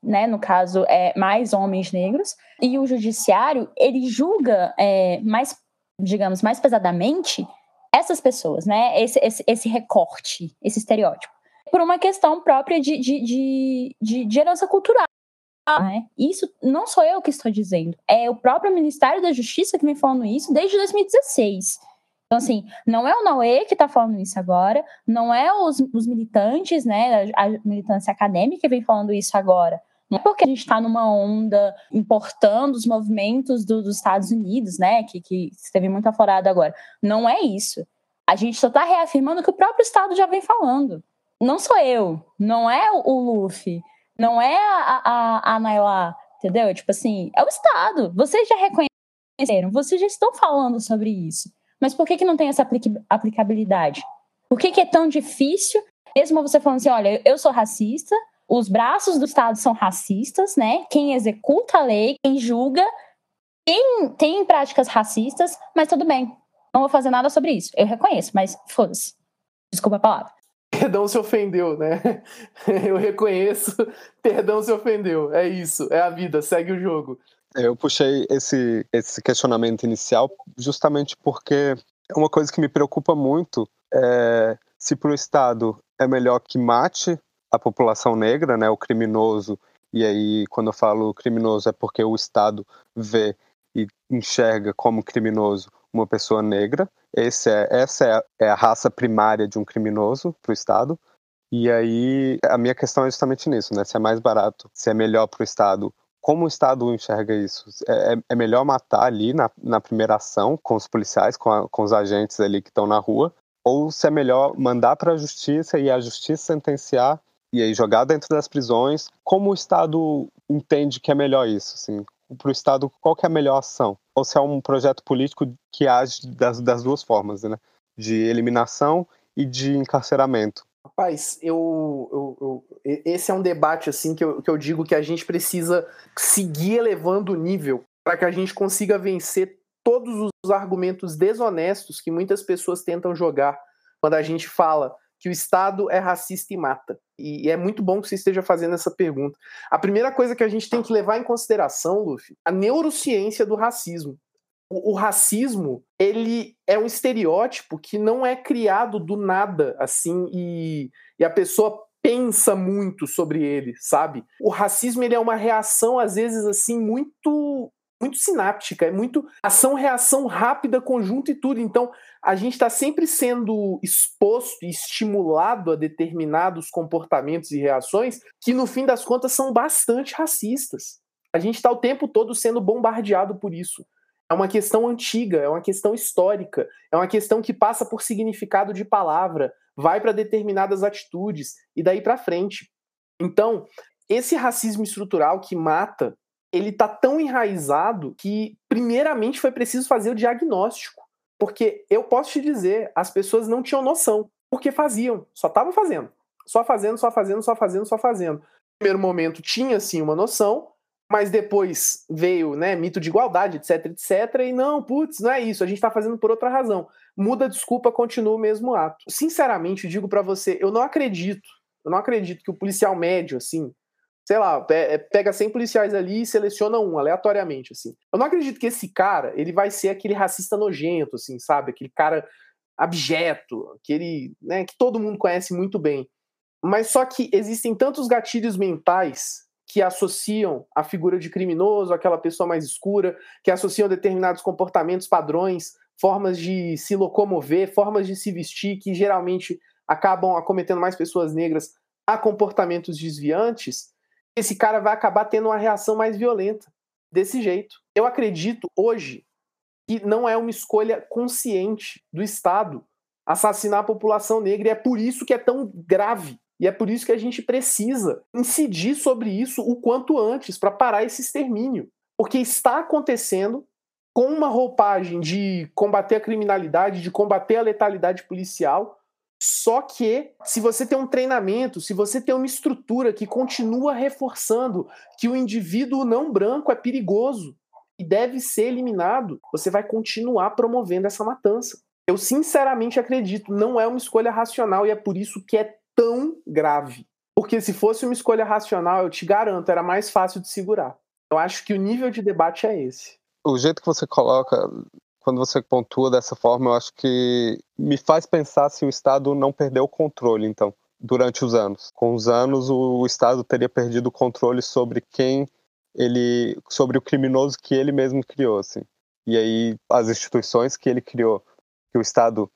né, no caso, é, mais homens negros, e o judiciário, ele julga é, mais, digamos, mais pesadamente essas pessoas, né, esse, esse, esse recorte, esse estereótipo, por uma questão própria de, de, de, de, de herança cultural. Né? Isso não sou eu que estou dizendo, é o próprio Ministério da Justiça que vem falando isso desde dois mil e dezesseis. Então, assim, não é o Naue que está falando isso agora, não é os, os militantes, né, a militância acadêmica que vem falando isso agora. Não é porque a gente está numa onda importando os movimentos do, dos Estados Unidos, né, que, que esteve muito aflorado agora. Não é isso. A gente só está reafirmando o que o próprio Estado já vem falando. Não sou eu, não é o Luffy, não é a, a, a Nailá, entendeu? Tipo assim, é o Estado. Vocês já reconheceram, vocês já estão falando sobre isso. Mas por que, que não tem essa aplicabilidade? Por que, que é tão difícil, mesmo você falando assim, olha, eu sou racista, os braços do Estado são racistas, né? Quem executa a lei, quem julga, quem tem práticas racistas, mas tudo bem, não vou fazer nada sobre isso. Eu reconheço, mas foda-se. Desculpa a palavra. Perdão se ofendeu, né? Eu reconheço, perdão se ofendeu. É isso, é a vida, segue o jogo. Eu puxei esse, esse questionamento inicial justamente porque uma coisa que me preocupa muito é se para o Estado é melhor que mate a população negra, né, o criminoso, e aí quando eu falo criminoso é porque o Estado vê e enxerga como criminoso uma pessoa negra. Esse é, essa é a, é a raça primária de um criminoso para o Estado. E aí a minha questão é justamente nisso, né? Se é mais barato, se é melhor para o Estado, como o Estado enxerga isso? É, é melhor matar ali na, na primeira ação com os policiais, com, a, com os agentes ali que estão na rua, ou se é melhor mandar para a justiça e a justiça sentenciar e aí jogar dentro das prisões? Como o Estado entende que é melhor isso? Assim, para o Estado, qual que é a melhor ação? Ou se é um projeto político que age das, das duas formas, né? De eliminação e de encarceramento. Rapaz, eu, eu, eu, esse é um debate assim que eu, que eu digo que a gente precisa seguir elevando o nível para que a gente consiga vencer todos os argumentos desonestos que muitas pessoas tentam jogar quando a gente fala que o Estado é racista e mata. E é muito bom que você esteja fazendo essa pergunta. A primeira coisa que a gente tem que levar em consideração, Luffy, a neurociência do racismo. O, o racismo, ele é um estereótipo que não é criado do nada, assim, e, e a pessoa pensa muito sobre ele, sabe? O racismo, ele é uma reação, às vezes, assim, muito... muito sináptica, é muito ação-reação rápida, conjunto e tudo. Então, a gente está sempre sendo exposto e estimulado a determinados comportamentos e reações que, no fim das contas, são bastante racistas. A gente está o tempo todo sendo bombardeado por isso. É uma questão antiga, é uma questão histórica, é uma questão que passa por significado de palavra, vai para determinadas atitudes e daí para frente. Então, esse racismo estrutural que mata, ele está tão enraizado que, primeiramente, foi preciso fazer o diagnóstico. Porque eu posso te dizer, as pessoas não tinham noção, porque faziam, só estavam fazendo. Só fazendo, só fazendo, só fazendo, só fazendo. No primeiro momento tinha, sim, uma noção, mas depois veio, né, mito de igualdade, etc, etc, e não, putz, não é isso, a gente está fazendo por outra razão. Muda a desculpa, continua o mesmo ato. Sinceramente, digo para você, eu não acredito, eu não acredito que o policial médio, assim, sei lá, pega cem policiais ali e seleciona um, aleatoriamente, assim. Eu não acredito que esse cara, ele vai ser aquele racista nojento, assim, sabe? Aquele cara abjeto, aquele, né, que todo mundo conhece muito bem. Mas só que existem tantos gatilhos mentais que associam a figura de criminoso, aquela pessoa mais escura, que associam determinados comportamentos, padrões, formas de se locomover, formas de se vestir, que geralmente acabam acometendo mais pessoas negras a comportamentos desviantes. Esse cara vai acabar tendo uma reação mais violenta, desse jeito. Eu acredito, hoje, que não é uma escolha consciente do Estado assassinar a população negra, e é por isso que é tão grave, e é por isso que a gente precisa incidir sobre isso o quanto antes, para parar esse extermínio. Porque está acontecendo com uma roupagem de combater a criminalidade, de combater a letalidade policial. Só que, se você tem um treinamento, se você tem uma estrutura que continua reforçando que o indivíduo não branco é perigoso e deve ser eliminado, você vai continuar promovendo essa matança. Eu sinceramente acredito, não é uma escolha racional e é por isso que é tão grave. Porque se fosse uma escolha racional, eu te garanto, era mais fácil de segurar. Eu acho que o nível de debate é esse. O jeito que você coloca, quando você pontua dessa forma, eu acho que me faz pensar se o Estado não perdeu o controle, então, durante os anos. Com os anos, o Estado teria perdido o controle sobre quem ele, sobre o criminoso que ele mesmo criou, assim. E aí, as instituições que ele criou, que o Estado,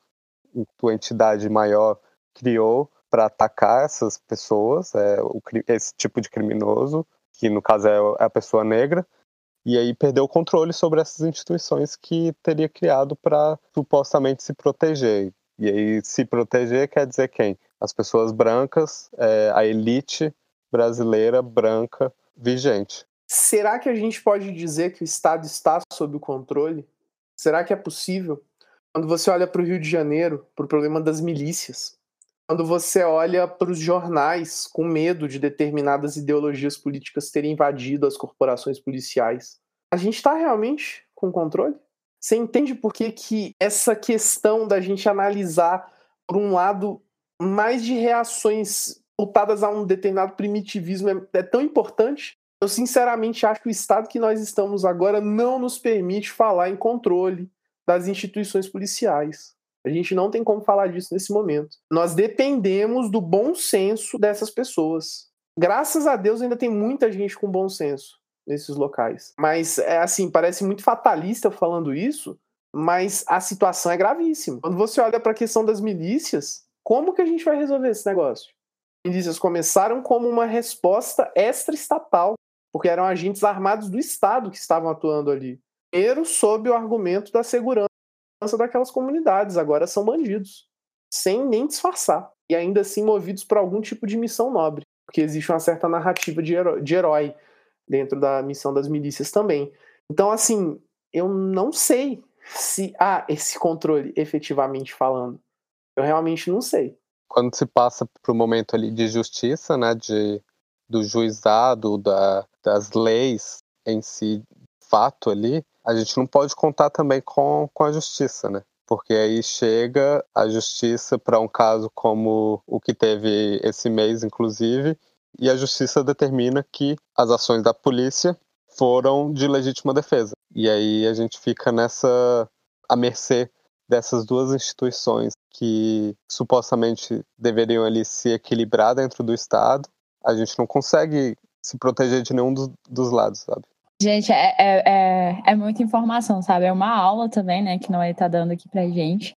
a entidade maior, criou para atacar essas pessoas, é, o, esse tipo de criminoso, que no caso é a pessoa negra, e aí perdeu o controle sobre essas instituições que teria criado para supostamente se proteger. E aí se proteger quer dizer quem? As pessoas brancas, é, a elite brasileira branca vigente. Será que a gente pode dizer que o Estado está sob o controle? Será que é possível? Quando você olha para o Rio de Janeiro, para o problema das milícias, quando você olha para os jornais com medo de determinadas ideologias políticas terem invadido as corporações policiais, a gente está realmente com controle? Você entende por que, que essa questão da gente analisar, por um lado, mais de reações voltadas a um determinado primitivismo é, é tão importante? Eu sinceramente acho que o estado que nós estamos agora não nos permite falar em controle das instituições policiais. A gente não tem como falar disso nesse momento. Nós dependemos do bom senso dessas pessoas. Graças a Deus ainda tem muita gente com bom senso nesses locais. Mas, é assim, parece muito fatalista eu falando isso, mas a situação é gravíssima. Quando você olha para a questão das milícias, como que a gente vai resolver esse negócio? Milícias começaram como uma resposta extra-estatal, porque eram agentes armados do Estado que estavam atuando ali. Primeiro, sob o argumento da segurança daquelas comunidades, agora são bandidos, sem nem disfarçar, e ainda assim movidos por algum tipo de missão nobre, porque existe uma certa narrativa de herói, de herói dentro da missão das milícias também. Então, assim, eu não sei se há esse controle efetivamente falando. Eu realmente não sei. Quando se passa para o momento ali de justiça, né, de, do juizado, da, das leis em si, fato ali, a gente não pode contar também com, com a justiça, né? Porque aí chega a justiça para um caso como o que teve esse mês, inclusive, e a justiça determina que as ações da polícia foram de legítima defesa. E aí a gente fica nessa, à mercê dessas duas instituições que supostamente deveriam ali se equilibrar dentro do Estado. A gente não consegue se proteger de nenhum dos, dos lados, sabe? Gente, é, é, é, é muita informação, sabe? É uma aula também, né, que Noé tá dando aqui pra gente.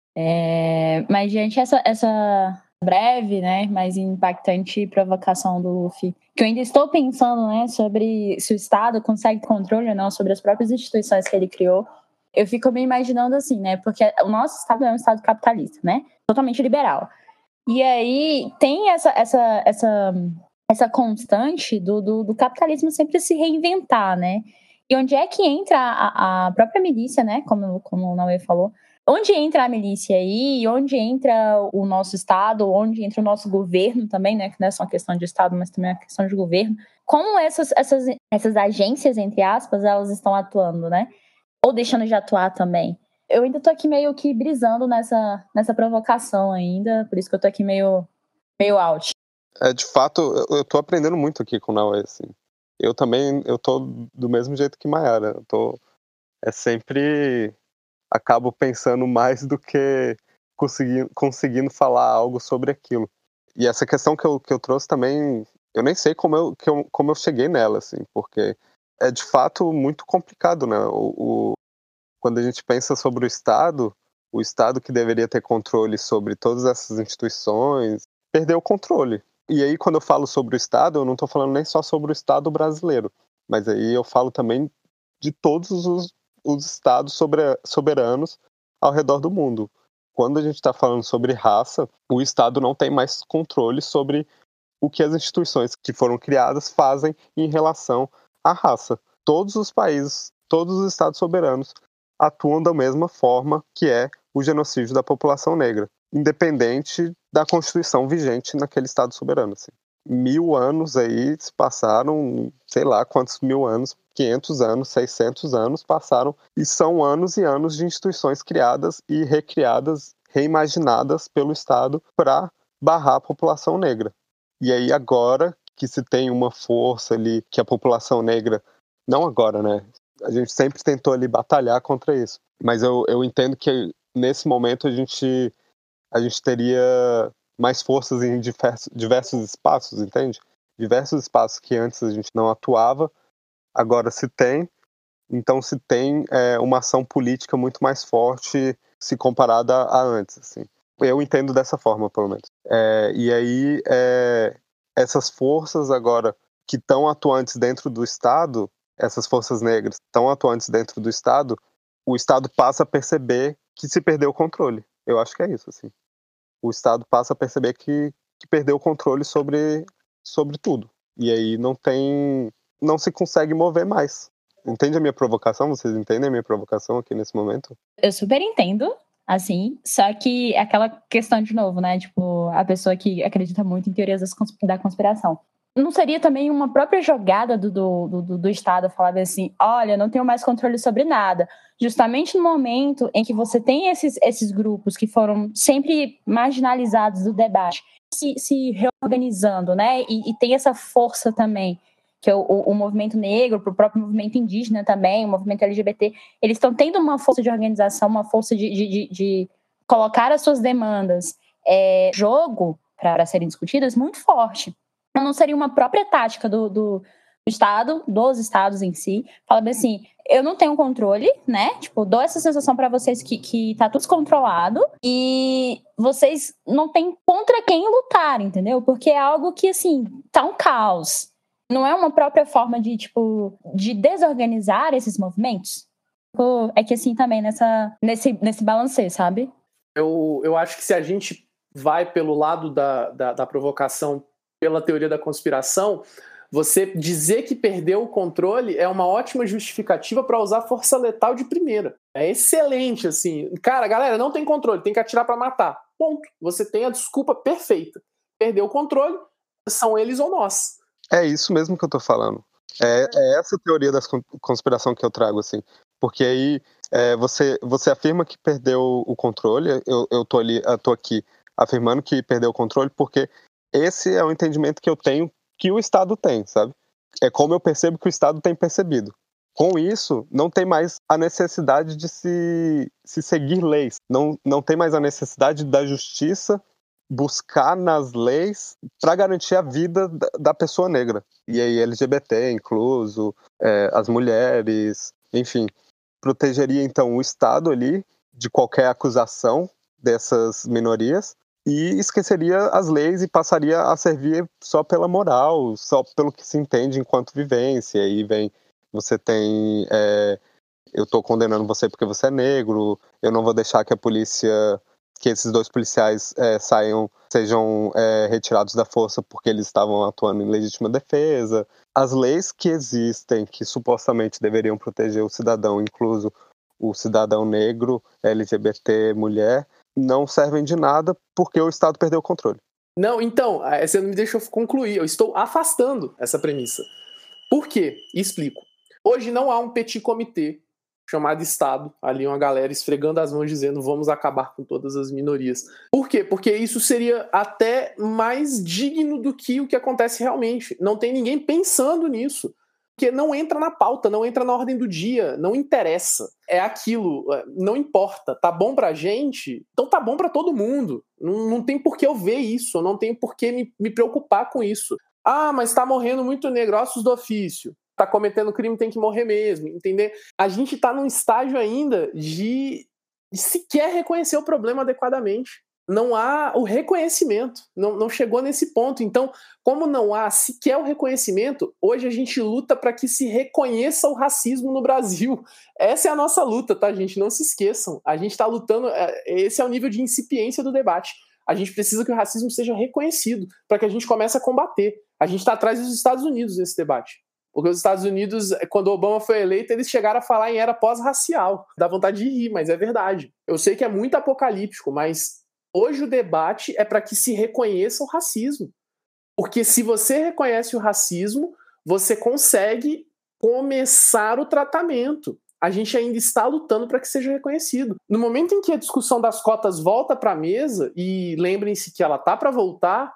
É, mas, gente, essa, essa breve, né, mas impactante provocação do Luffy, que eu ainda estou pensando, né, sobre se o Estado consegue controle ou não sobre as próprias instituições que ele criou, eu fico me imaginando assim, né, porque o nosso Estado é um Estado capitalista, né, totalmente liberal. E aí tem essa... essa, essa essa constante do, do, do capitalismo sempre se reinventar, né? E onde é que entra a, a própria milícia, né? Como, como o Naue falou. Onde entra a milícia aí? Onde entra o nosso Estado? Onde entra o nosso governo também, né? Que não é só uma questão de Estado, mas também é uma questão de governo. Como essas, essas, essas agências, entre aspas, elas estão atuando, né? Ou deixando de atuar também. Eu ainda tô aqui meio que brisando nessa, nessa provocação ainda, por isso que eu tô aqui meio, meio out. É, de fato, eu tô aprendendo muito aqui com o Naue, assim. Eu também, eu tô do mesmo jeito que Mayara. Eu tô, é sempre, acabo pensando mais do que conseguindo, conseguindo falar algo sobre aquilo. E essa questão que eu, que eu trouxe também, eu nem sei como eu, que eu, como eu cheguei nela, assim, porque é de fato muito complicado, né? O, o, quando a gente pensa sobre o Estado, o Estado que deveria ter controle sobre todas essas instituições, perdeu o controle. E aí, quando eu falo sobre o Estado, eu não estou falando nem só sobre o Estado brasileiro, mas aí eu falo também de todos os, os Estados soberanos ao redor do mundo. Quando a gente está falando sobre raça, o Estado não tem mais controle sobre o que as instituições que foram criadas fazem em relação à raça. Todos os países, todos os Estados soberanos atuam da mesma forma, que é o genocídio da população negra, independente da Constituição vigente naquele Estado soberano. Assim. Mil anos aí se passaram, sei lá quantos mil anos, quinhentos anos, seiscentos anos passaram, e são anos e anos de instituições criadas e recriadas, reimaginadas pelo Estado para barrar a população negra. E aí agora que se tem uma força ali, que a população negra, não agora, né? A gente sempre tentou ali batalhar contra isso. Mas eu, eu entendo que nesse momento a gente, a gente teria mais forças em diversos, diversos espaços, entende? Diversos espaços que antes a gente não atuava, agora se tem. Então se tem é, uma ação política muito mais forte se comparada a antes, assim. Eu entendo dessa forma, pelo menos. É, e aí, é, essas forças agora que estão atuantes dentro do Estado, essas forças negras estão atuantes dentro do Estado, o Estado passa a perceber que se perdeu o controle. Eu acho que é isso, assim. O Estado passa a perceber que, que perdeu o controle sobre, sobre tudo. E aí não tem... não se consegue mover mais. Entende a minha provocação? Vocês entendem a minha provocação aqui nesse momento? Eu super entendo, assim, só que é aquela questão de novo, né? Tipo, a pessoa que acredita muito em teorias da conspiração. Não seria também uma própria jogada do, do, do, do Estado falar assim, olha, não tenho mais controle sobre nada. Justamente no momento em que você tem esses, esses grupos que foram sempre marginalizados do debate, se, se reorganizando, né? E, e tem essa força também, que é o, o, o movimento negro, o próprio movimento indígena também, o movimento L G B T, eles estão tendo uma força de organização, uma força de, de, de, de colocar as suas demandas é, jogo para serem discutidas muito forte. Então, não seria uma própria tática do, do, do Estado, dos Estados em si, falar assim, eu não tenho controle, né? Tipo, dou essa sensação para vocês que, que tá tudo descontrolado e vocês não têm contra quem lutar, entendeu? Porque é algo que, assim, tá um caos. Não é uma própria forma de, tipo, de desorganizar esses movimentos? É que, assim, também, nessa, nesse, nesse balanceio, sabe? Eu, eu acho que se a gente vai pelo lado da, da, da provocação pela teoria da conspiração, você dizer que perdeu o controle é uma ótima justificativa para usar força letal de primeira. É excelente, assim. Cara, galera, não tem controle, tem que atirar para matar. Ponto. Você tem a desculpa perfeita. Perdeu o controle, são eles ou nós. É isso mesmo que eu tô falando. É, é essa teoria da conspiração que eu trago, assim. Porque aí é, você, você afirma que perdeu o controle, eu, eu, tô ali, eu tô aqui afirmando que perdeu o controle porque esse é o entendimento que eu tenho que o Estado tem, sabe? É como eu percebo que o Estado tem percebido. Com isso, não tem mais a necessidade de se, se seguir leis. Não, não tem mais a necessidade da justiça buscar nas leis para garantir a vida da, da pessoa negra. E aí L G B T incluso, é, as mulheres, enfim. Protegeria, então, o Estado ali de qualquer acusação dessas minorias e esqueceria as leis e passaria a servir só pela moral, só pelo que se entende enquanto vivência. E vem, você tem, é, eu tô condenando você porque você é negro, eu não vou deixar que a polícia, que esses dois policiais é, saiam, sejam é, retirados da força porque eles estavam atuando em legítima defesa. As leis que existem, que supostamente deveriam proteger o cidadão, incluso o cidadão negro, L G B T, mulher, não servem de nada porque o Estado perdeu o controle. Não, então, você não me deixou concluir. Eu estou afastando essa premissa. Por quê? Explico. Hoje não há um petit comité chamado Estado, ali uma galera esfregando as mãos dizendo vamos acabar com todas as minorias. Por quê? Porque isso seria até mais digno do que o que acontece realmente. Não tem ninguém pensando nisso. Porque não entra na pauta, não entra na ordem do dia, não interessa. É aquilo, não importa. Tá bom pra gente? Então tá bom pra todo mundo. Não, não tem por que eu ver isso, não tem por que me, me preocupar com isso. Ah, mas tá morrendo muito negro, ossos do ofício. Tá cometendo crime, tem que morrer mesmo, entender? A gente tá num estágio ainda de, de sequer reconhecer o problema adequadamente. Não há o reconhecimento, não, não chegou nesse ponto. Então, como não há sequer o reconhecimento, hoje a gente luta para que se reconheça o racismo no Brasil. Essa é a nossa luta, tá, gente? Não se esqueçam. A gente está lutando, esse é o nível de incipiência do debate. A gente precisa que o racismo seja reconhecido para que a gente comece a combater. A gente está atrás dos Estados Unidos nesse debate. Porque os Estados Unidos, quando Obama foi eleito, eles chegaram a falar em era pós-racial. Dá vontade de rir, mas é verdade. Eu sei que é muito apocalíptico, mas hoje o debate é para que se reconheça o racismo. Porque se você reconhece o racismo, você consegue começar o tratamento. A gente ainda está lutando para que seja reconhecido. No momento em que a discussão das cotas volta para a mesa, e lembrem-se que ela está para voltar,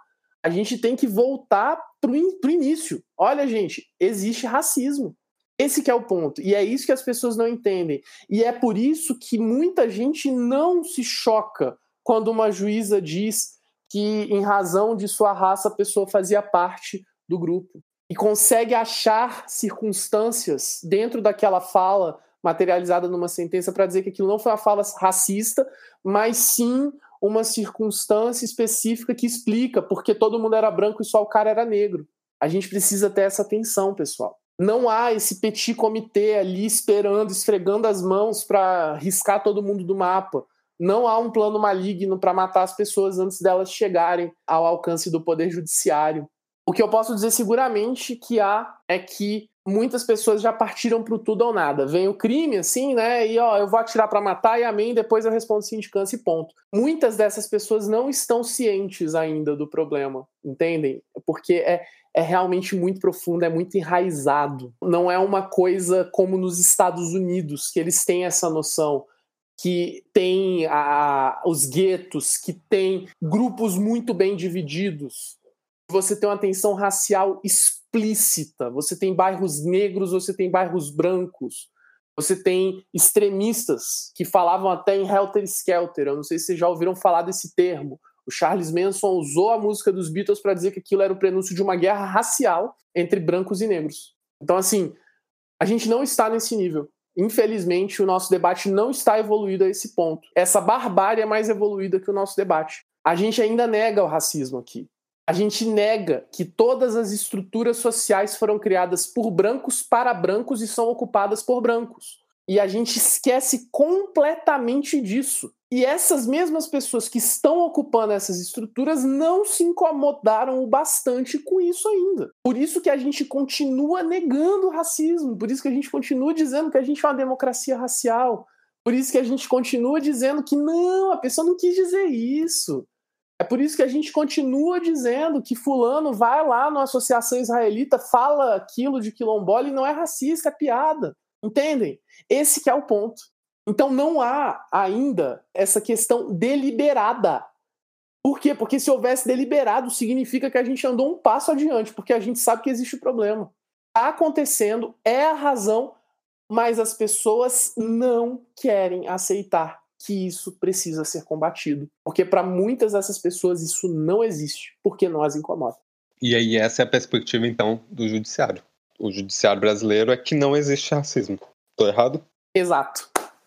A gente tem que voltar pro, in, pro início. Olha, gente, existe racismo. Esse que é o ponto. E é isso que as pessoas não entendem. E é por isso que muita gente não se choca quando uma juíza diz que, em razão de sua raça, a pessoa fazia parte do grupo. E consegue achar circunstâncias dentro daquela fala materializada numa sentença para dizer que aquilo não foi uma fala racista, mas sim uma circunstância específica que explica porque todo mundo era branco e só o cara era negro. A gente precisa ter essa atenção, pessoal. Não há esse petit comité ali esperando, esfregando as mãos para riscar todo mundo do mapa. Não há um plano maligno para matar as pessoas antes delas chegarem ao alcance do poder judiciário. O que eu posso dizer seguramente que há é que muitas pessoas já partiram pro tudo ou nada. Vem o crime, assim, né? E, ó, eu vou atirar para matar e amém, depois eu respondo sindicância e ponto. Muitas dessas pessoas não estão cientes ainda do problema, entendem? Porque é, é realmente muito profundo, é muito enraizado. Não é uma coisa como nos Estados Unidos, que eles têm essa noção, que tem a, os guetos, que tem grupos muito bem divididos. Você tem uma tensão racial explícita, você tem bairros negros, você tem bairros brancos, você tem extremistas que falavam até em Helter Skelter. Eu não sei se vocês já ouviram falar desse termo. O Charles Manson usou a música dos Beatles para dizer que aquilo era o prenúncio de uma guerra racial entre brancos e negros. Então, assim, a gente não está nesse nível. Infelizmente, o nosso debate não está evoluído a esse ponto. Essa barbárie é mais evoluída que o nosso debate. A gente ainda nega o racismo aqui. A gente nega que todas as estruturas sociais foram criadas por brancos para brancos e são ocupadas por brancos. E a gente esquece completamente disso. E essas mesmas pessoas que estão ocupando essas estruturas não se incomodaram o bastante com isso ainda. Por isso que a gente continua negando o racismo, por isso que a gente continua dizendo que a gente é uma democracia racial, por isso que a gente continua dizendo que não, a pessoa não quis dizer isso. É por isso que a gente continua dizendo que fulano vai lá na associação israelita, fala aquilo de quilombola e não é racista, é piada. Entendem? Esse que é o ponto. Então não há ainda essa questão deliberada. Por quê? Porque se houvesse deliberado, significa que a gente andou um passo adiante, porque a gente sabe que existe o problema. Está acontecendo, é a razão, mas as pessoas não querem aceitar que isso precisa ser combatido. Porque para muitas dessas pessoas isso não existe, porque nós incomoda. E aí essa é a perspectiva, então, do judiciário. O judiciário brasileiro é que não existe racismo. Estou errado? Exato.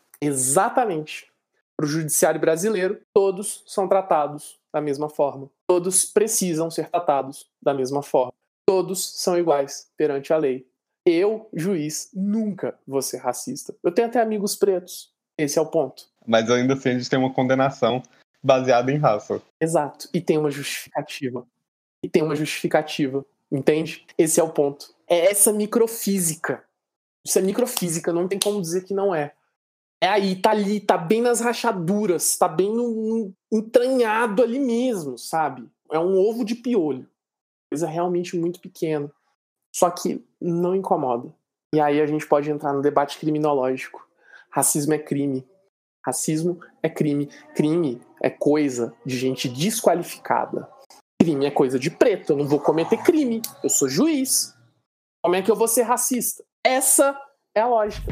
Exatamente. Para o judiciário brasileiro, todos são tratados da mesma forma. Todos precisam ser tratados da mesma forma. Todos são iguais perante a lei. Eu, juiz, nunca vou ser racista. Eu tenho até amigos pretos. Esse é o ponto. Mas ainda assim a gente tem uma condenação baseada em raça. Exato. E tem uma justificativa. E tem uma justificativa. Entende? Esse é o ponto. É essa microfísica. Isso é microfísica, não tem como dizer que não é. É aí, tá ali, tá bem nas rachaduras, tá bem no, no, entranhado ali mesmo, sabe? É um ovo de piolho. Coisa realmente muito pequena. Só que não incomoda. E aí a gente pode entrar no debate criminológico. Racismo é crime. Racismo é crime. Crime é coisa de gente desqualificada. Crime é coisa de preto. Eu não vou cometer crime. Eu sou juiz. Como é que eu vou ser racista? Essa é a lógica.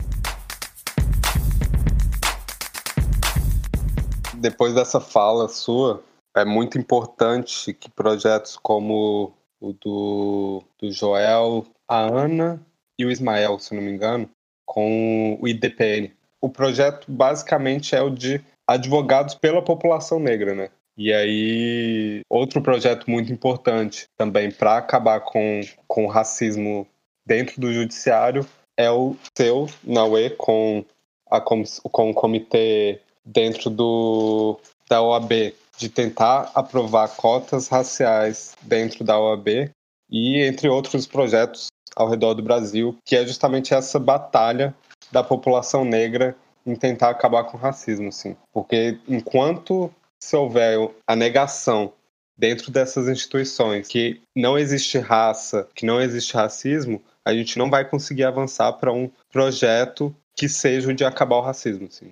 Depois dessa fala sua, é muito importante que projetos como o do, do Joel, a Ana e o Ismael, se não me engano, com o I D P N. O projeto basicamente é o de advogados pela população negra, né? E aí, outro projeto muito importante também para acabar com, com o racismo dentro do judiciário é o seu, Naue, com, a, com o comitê dentro do, da O A B, de tentar aprovar cotas raciais dentro da O A B e entre outros projetos ao redor do Brasil, que é justamente essa batalha da população negra em tentar acabar com o racismo, assim. Porque enquanto se houver a negação dentro dessas instituições que não existe raça, que não existe racismo, a gente não vai conseguir avançar para um projeto que seja o de acabar o racismo, assim.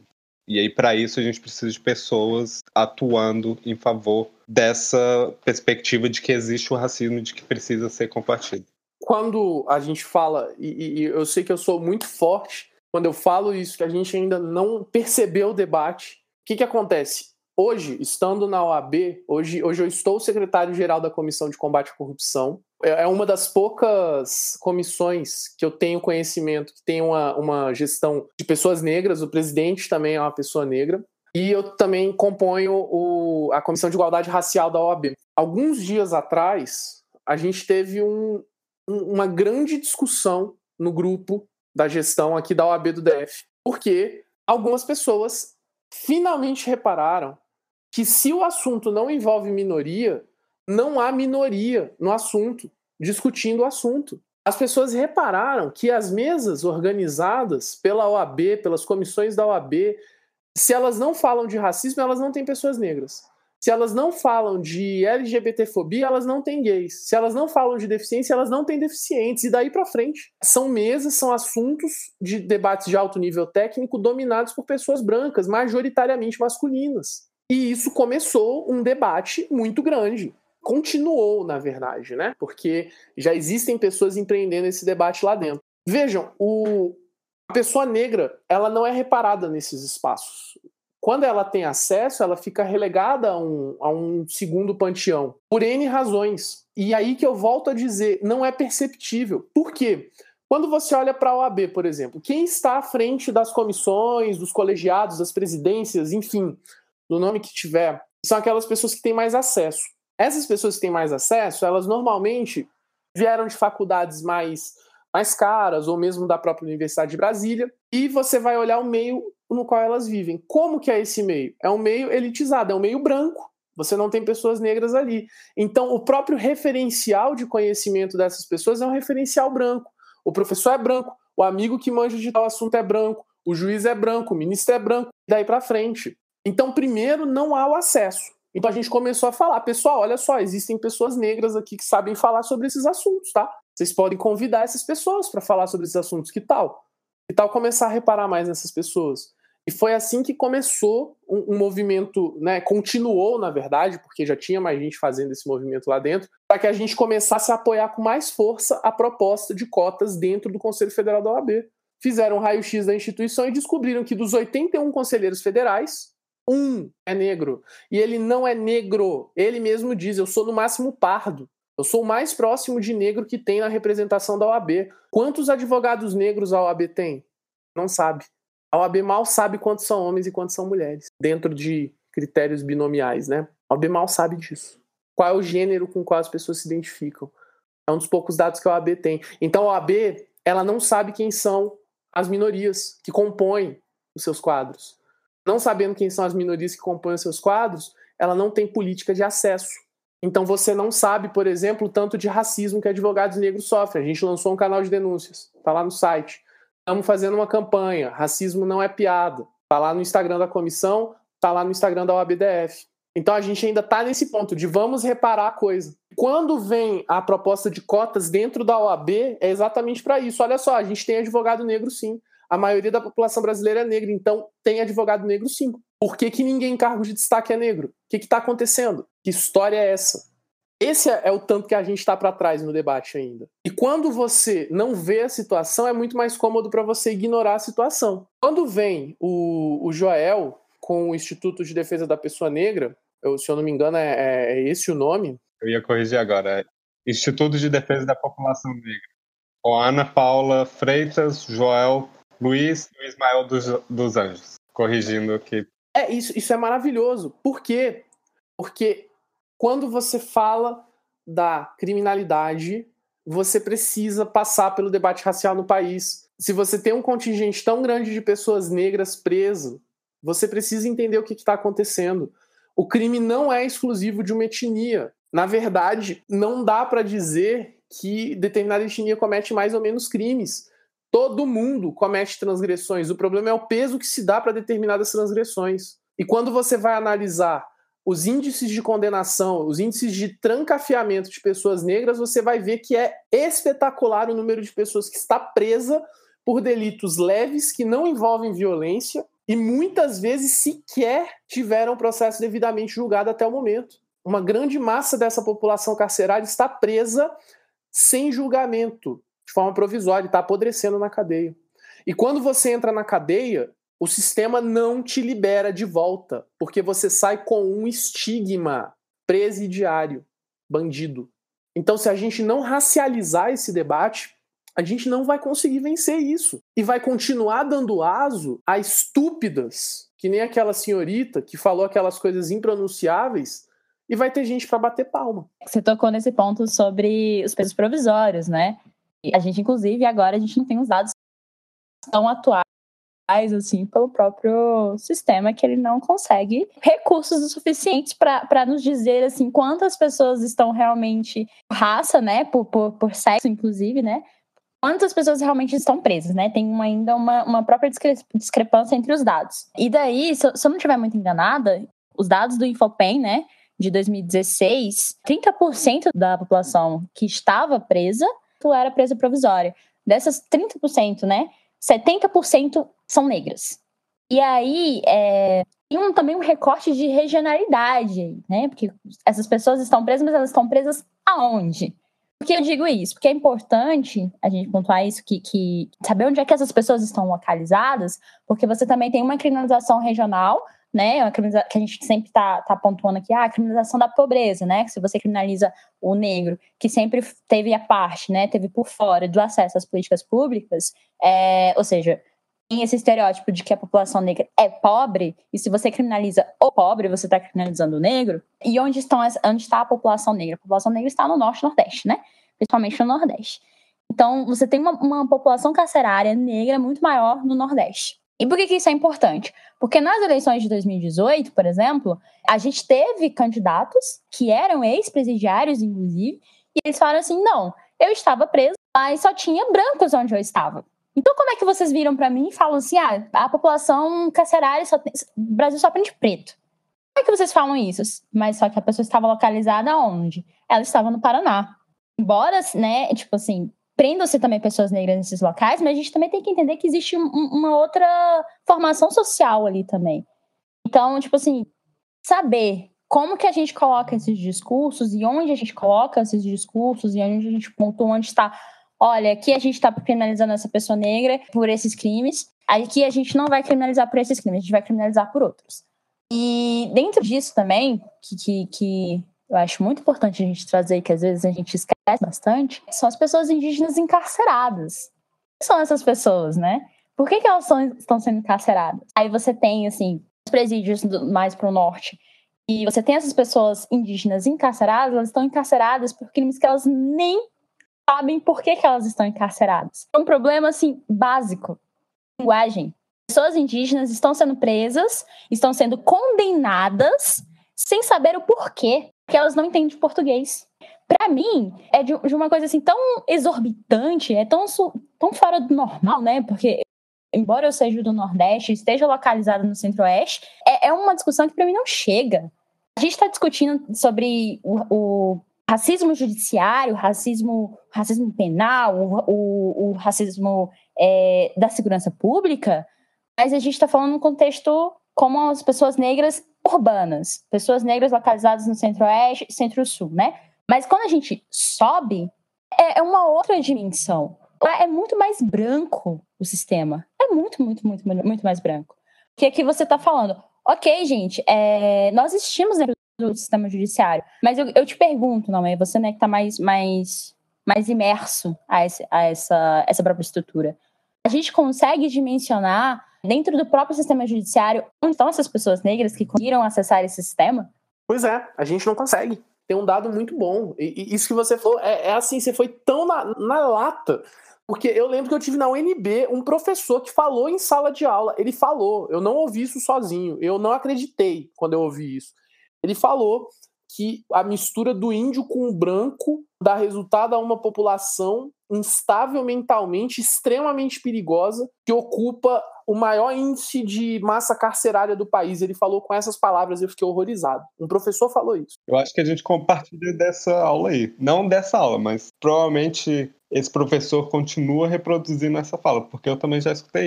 E aí, para isso, a gente precisa de pessoas atuando em favor dessa perspectiva de que existe o racismo e de que precisa ser combatido. Quando a gente fala, e, e eu sei que eu sou muito forte, quando eu falo isso, que a gente ainda não percebeu o debate, o que, que acontece? Hoje, estando na O A B, hoje, hoje eu estou secretário-geral da Comissão de Combate à Corrupção. É uma das poucas comissões que eu tenho conhecimento que tem uma, uma gestão de pessoas negras. O presidente também é uma pessoa negra. E eu também componho o, a Comissão de Igualdade Racial da O A B. Alguns dias atrás, a gente teve um, um, uma grande discussão no grupo da gestão aqui da O A B do D F. Porque algumas pessoas finalmente repararam que se o assunto não envolve minoria, não há minoria no assunto, discutindo o assunto. As pessoas repararam que as mesas organizadas pela O A B, pelas comissões da O A B, se elas não falam de racismo, elas não têm pessoas negras. Se elas não falam de L G B T fobia, elas não têm gays. Se elas não falam de deficiência, elas não têm deficientes. E daí pra frente. São mesas, são assuntos de debates de alto nível técnico dominados por pessoas brancas, majoritariamente masculinas. E isso começou um debate muito grande. Continuou, na verdade, né? Porque já existem pessoas empreendendo esse debate lá dentro. Vejam, o... a pessoa negra, ela não é reparada nesses espaços. Quando ela tem acesso, ela fica relegada a um, a um segundo panteão, por N razões. E aí que eu volto a dizer, não é perceptível. Por quê? Quando você olha para a O A B, por exemplo, quem está à frente das comissões, dos colegiados, das presidências, enfim, do nome que tiver, são aquelas pessoas que têm mais acesso. Essas pessoas que têm mais acesso, elas normalmente vieram de faculdades mais, mais caras, ou mesmo da própria Universidade de Brasília, e você vai olhar o meio no qual elas vivem. Como que é esse meio? É um meio elitizado, é um meio branco. Você não tem pessoas negras ali. Então, o próprio referencial de conhecimento dessas pessoas é um referencial branco. O professor é branco, o amigo que manja de tal assunto é branco, o juiz é branco, o ministro é branco, e daí pra frente. Então, primeiro, não há o acesso. Então a gente começou a falar, pessoal, olha só, existem pessoas negras aqui que sabem falar sobre esses assuntos, tá? Vocês podem convidar essas pessoas para falar sobre esses assuntos, que tal? Que tal começar a reparar mais nessas pessoas? E foi assim que começou um, um movimento, né, continuou, na verdade, porque já tinha mais gente fazendo esse movimento lá dentro, para que a gente começasse a apoiar com mais força a proposta de cotas dentro do Conselho Federal da O A B. Fizeram um raio-x da instituição e descobriram que dos oitenta e um conselheiros federais, um é negro. E ele não é negro. Ele mesmo diz, eu sou no máximo pardo. Eu sou o mais próximo de negro que tem na representação da O A B. Quantos advogados negros a O A B tem? Não sabe. A O A B mal sabe quantos são homens e quantos são mulheres, dentro de critérios binomiais, né? A O A B mal sabe disso. Qual é o gênero com qual as pessoas se identificam? É um dos poucos dados que a O A B tem. Então a O A B, ela não sabe quem são as minorias que compõem os seus quadros. Não sabendo quem são as minorias que compõem os seus quadros, ela não tem política de acesso. Então você não sabe, por exemplo, o tanto de racismo que advogados negros sofrem. A gente lançou um canal de denúncias, tá lá no site. Estamos fazendo uma campanha, racismo não é piada. Tá lá no Instagram da comissão, tá lá no Instagram da O A B D F. Então a gente ainda tá nesse ponto de vamos reparar a coisa. Quando vem a proposta de cotas dentro da O A B, é exatamente para isso. Olha só, a gente tem advogado negro sim. A maioria da população brasileira é negra, então tem advogado negro sim. Por que que ninguém em cargo de destaque é negro? O que está acontecendo? Que história é essa? Esse é o tanto que a gente está para trás no debate ainda. E quando você não vê a situação, é muito mais cômodo para você ignorar a situação. Quando vem o, o Joel com o Instituto de Defesa da Pessoa Negra, eu, se eu não me engano é, é esse o nome. Eu ia corrigir agora. É Instituto de Defesa da População Negra. Com Ana Paula Freitas, Joel Luiz e Ismael dos, dos Anjos. Corrigindo aqui. É, isso, isso é maravilhoso. Por quê? Porque quando você fala da criminalidade, você precisa passar pelo debate racial no país. Se você tem um contingente tão grande de pessoas negras presas, você precisa entender o que está acontecendo. O crime não é exclusivo de uma etnia. Na verdade, não dá para dizer que determinada etnia comete mais ou menos crimes. Todo mundo comete transgressões. O problema é o peso que se dá para determinadas transgressões. E quando você vai analisar os índices de condenação, os índices de trancafiamento de pessoas negras, você vai ver que é espetacular o número de pessoas que está presa por delitos leves que não envolvem violência e muitas vezes sequer tiveram processo devidamente julgado até o momento. Uma grande massa dessa população carcerária está presa sem julgamento, de forma provisória, está apodrecendo na cadeia. E quando você entra na cadeia, o sistema não te libera de volta, porque você sai com um estigma presidiário, bandido. Então, se a gente não racializar esse debate, a gente não vai conseguir vencer isso. E vai continuar dando aso a estúpidas, que nem aquela senhorita que falou aquelas coisas impronunciáveis, e vai ter gente para bater palma. Você tocou nesse ponto sobre os presos provisórios, né? E a gente, inclusive, agora a gente não tem os dados tão atuais, assim, pelo próprio sistema, que ele não consegue recursos suficientes para nos dizer, assim, quantas pessoas estão realmente por raça, né? Por, por, por sexo, inclusive, né? Quantas pessoas realmente estão presas, né? Tem uma, ainda uma, uma própria discre- discrepância entre os dados. E daí, se eu, se eu não estiver muito enganada, os dados do Infopen, né, de dois mil e dezesseis, trinta por cento da população que estava presa era presa provisória. Dessas trinta por cento, né, setenta por cento são negras. E aí, é, tem um, também um recorte de regionalidade, né? Porque essas pessoas estão presas, mas elas estão presas aonde? Por que eu digo isso? Porque é importante a gente pontuar isso, que, que saber onde é que essas pessoas estão localizadas, porque você também tem uma criminalização regional, né, que a gente sempre está tá pontuando aqui, ah, a criminalização da pobreza, né, se você criminaliza o negro, que sempre teve a parte, né, teve por fora do acesso às políticas públicas, é, ou seja, tem esse estereótipo de que a população negra é pobre, e se você criminaliza o pobre, você está criminalizando o negro. E onde, estão as, onde está a população negra? A população negra está no norte e nordeste, né, principalmente no nordeste. Então, você tem uma, uma população carcerária negra muito maior no nordeste. E por que, que isso é importante? Porque nas eleições de dois mil e dezoito, por exemplo, a gente teve candidatos que eram ex-presidiários, inclusive, e eles falaram assim, não, eu estava preso, mas só tinha brancos onde eu estava. Então como é que vocês viram para mim e falam assim, ah, a população carcerária, só tem, o Brasil só prende preto. Como é que vocês falam isso? Mas só que a pessoa estava localizada onde? Ela estava no Paraná. Embora, né, tipo assim, prendam-se também pessoas negras nesses locais, mas a gente também tem que entender que existe um, uma outra formação social ali também. Então, tipo assim, saber como que a gente coloca esses discursos e onde a gente coloca esses discursos e onde a gente pontua, onde está, olha, aqui a gente está criminalizando essa pessoa negra por esses crimes, aqui a gente não vai criminalizar por esses crimes, a gente vai criminalizar por outros. E dentro disso também, que... que, que eu acho muito importante a gente trazer, que às vezes a gente esquece bastante, são as pessoas indígenas encarceradas. Quem são essas pessoas, né? Por que, que elas são, estão sendo encarceradas? Aí você tem, assim, os presídios do, mais para o norte, e você tem essas pessoas indígenas encarceradas, elas estão encarceradas por crimes que elas nem sabem por que, que elas estão encarceradas. É um problema, assim, básico. Linguagem. Pessoas indígenas estão sendo presas, estão sendo condenadas sem saber o porquê. Porque elas não entendem português. Pra mim, é de, de uma coisa assim tão exorbitante, é tão, tão fora do normal, né? Porque, embora eu seja do Nordeste, esteja localizada no Centro-Oeste, é, é uma discussão que pra mim não chega. A gente tá discutindo sobre o, o racismo judiciário, o racismo, racismo penal, o, o, o racismo é, da segurança pública, mas a gente tá falando num contexto como as pessoas negras urbanas, pessoas negras localizadas no Centro-Oeste e Centro-Sul, né? Mas quando a gente sobe, é, é uma outra dimensão. É muito mais branco o sistema. É muito, muito, muito, muito mais branco. Porque aqui você tá falando, ok, gente, é, nós existimos dentro do sistema judiciário, mas eu, eu te pergunto, não é? Você, né, que tá mais, mais, mais imerso a, esse, a essa, essa própria estrutura. A gente consegue dimensionar dentro do próprio sistema judiciário onde estão essas pessoas negras que conseguiram acessar esse sistema? Pois é, a gente não consegue. Tem um dado muito bom. E, e isso que você falou, é, é assim, você foi tão na, na lata. Porque eu lembro que eu tive na U N B um professor que falou em sala de aula. Ele falou, eu não ouvi isso sozinho. Eu não acreditei quando eu ouvi isso. Ele falou que a mistura do índio com o branco dá resultado a uma população instável mentalmente, extremamente perigosa, que ocupa o maior índice de massa carcerária do país. Ele falou com essas palavras e eu fiquei horrorizado. Um professor falou isso. Eu acho que a gente compartilha dessa aula aí. Não dessa aula, mas provavelmente esse professor continua reproduzindo essa fala, porque eu também já escutei isso.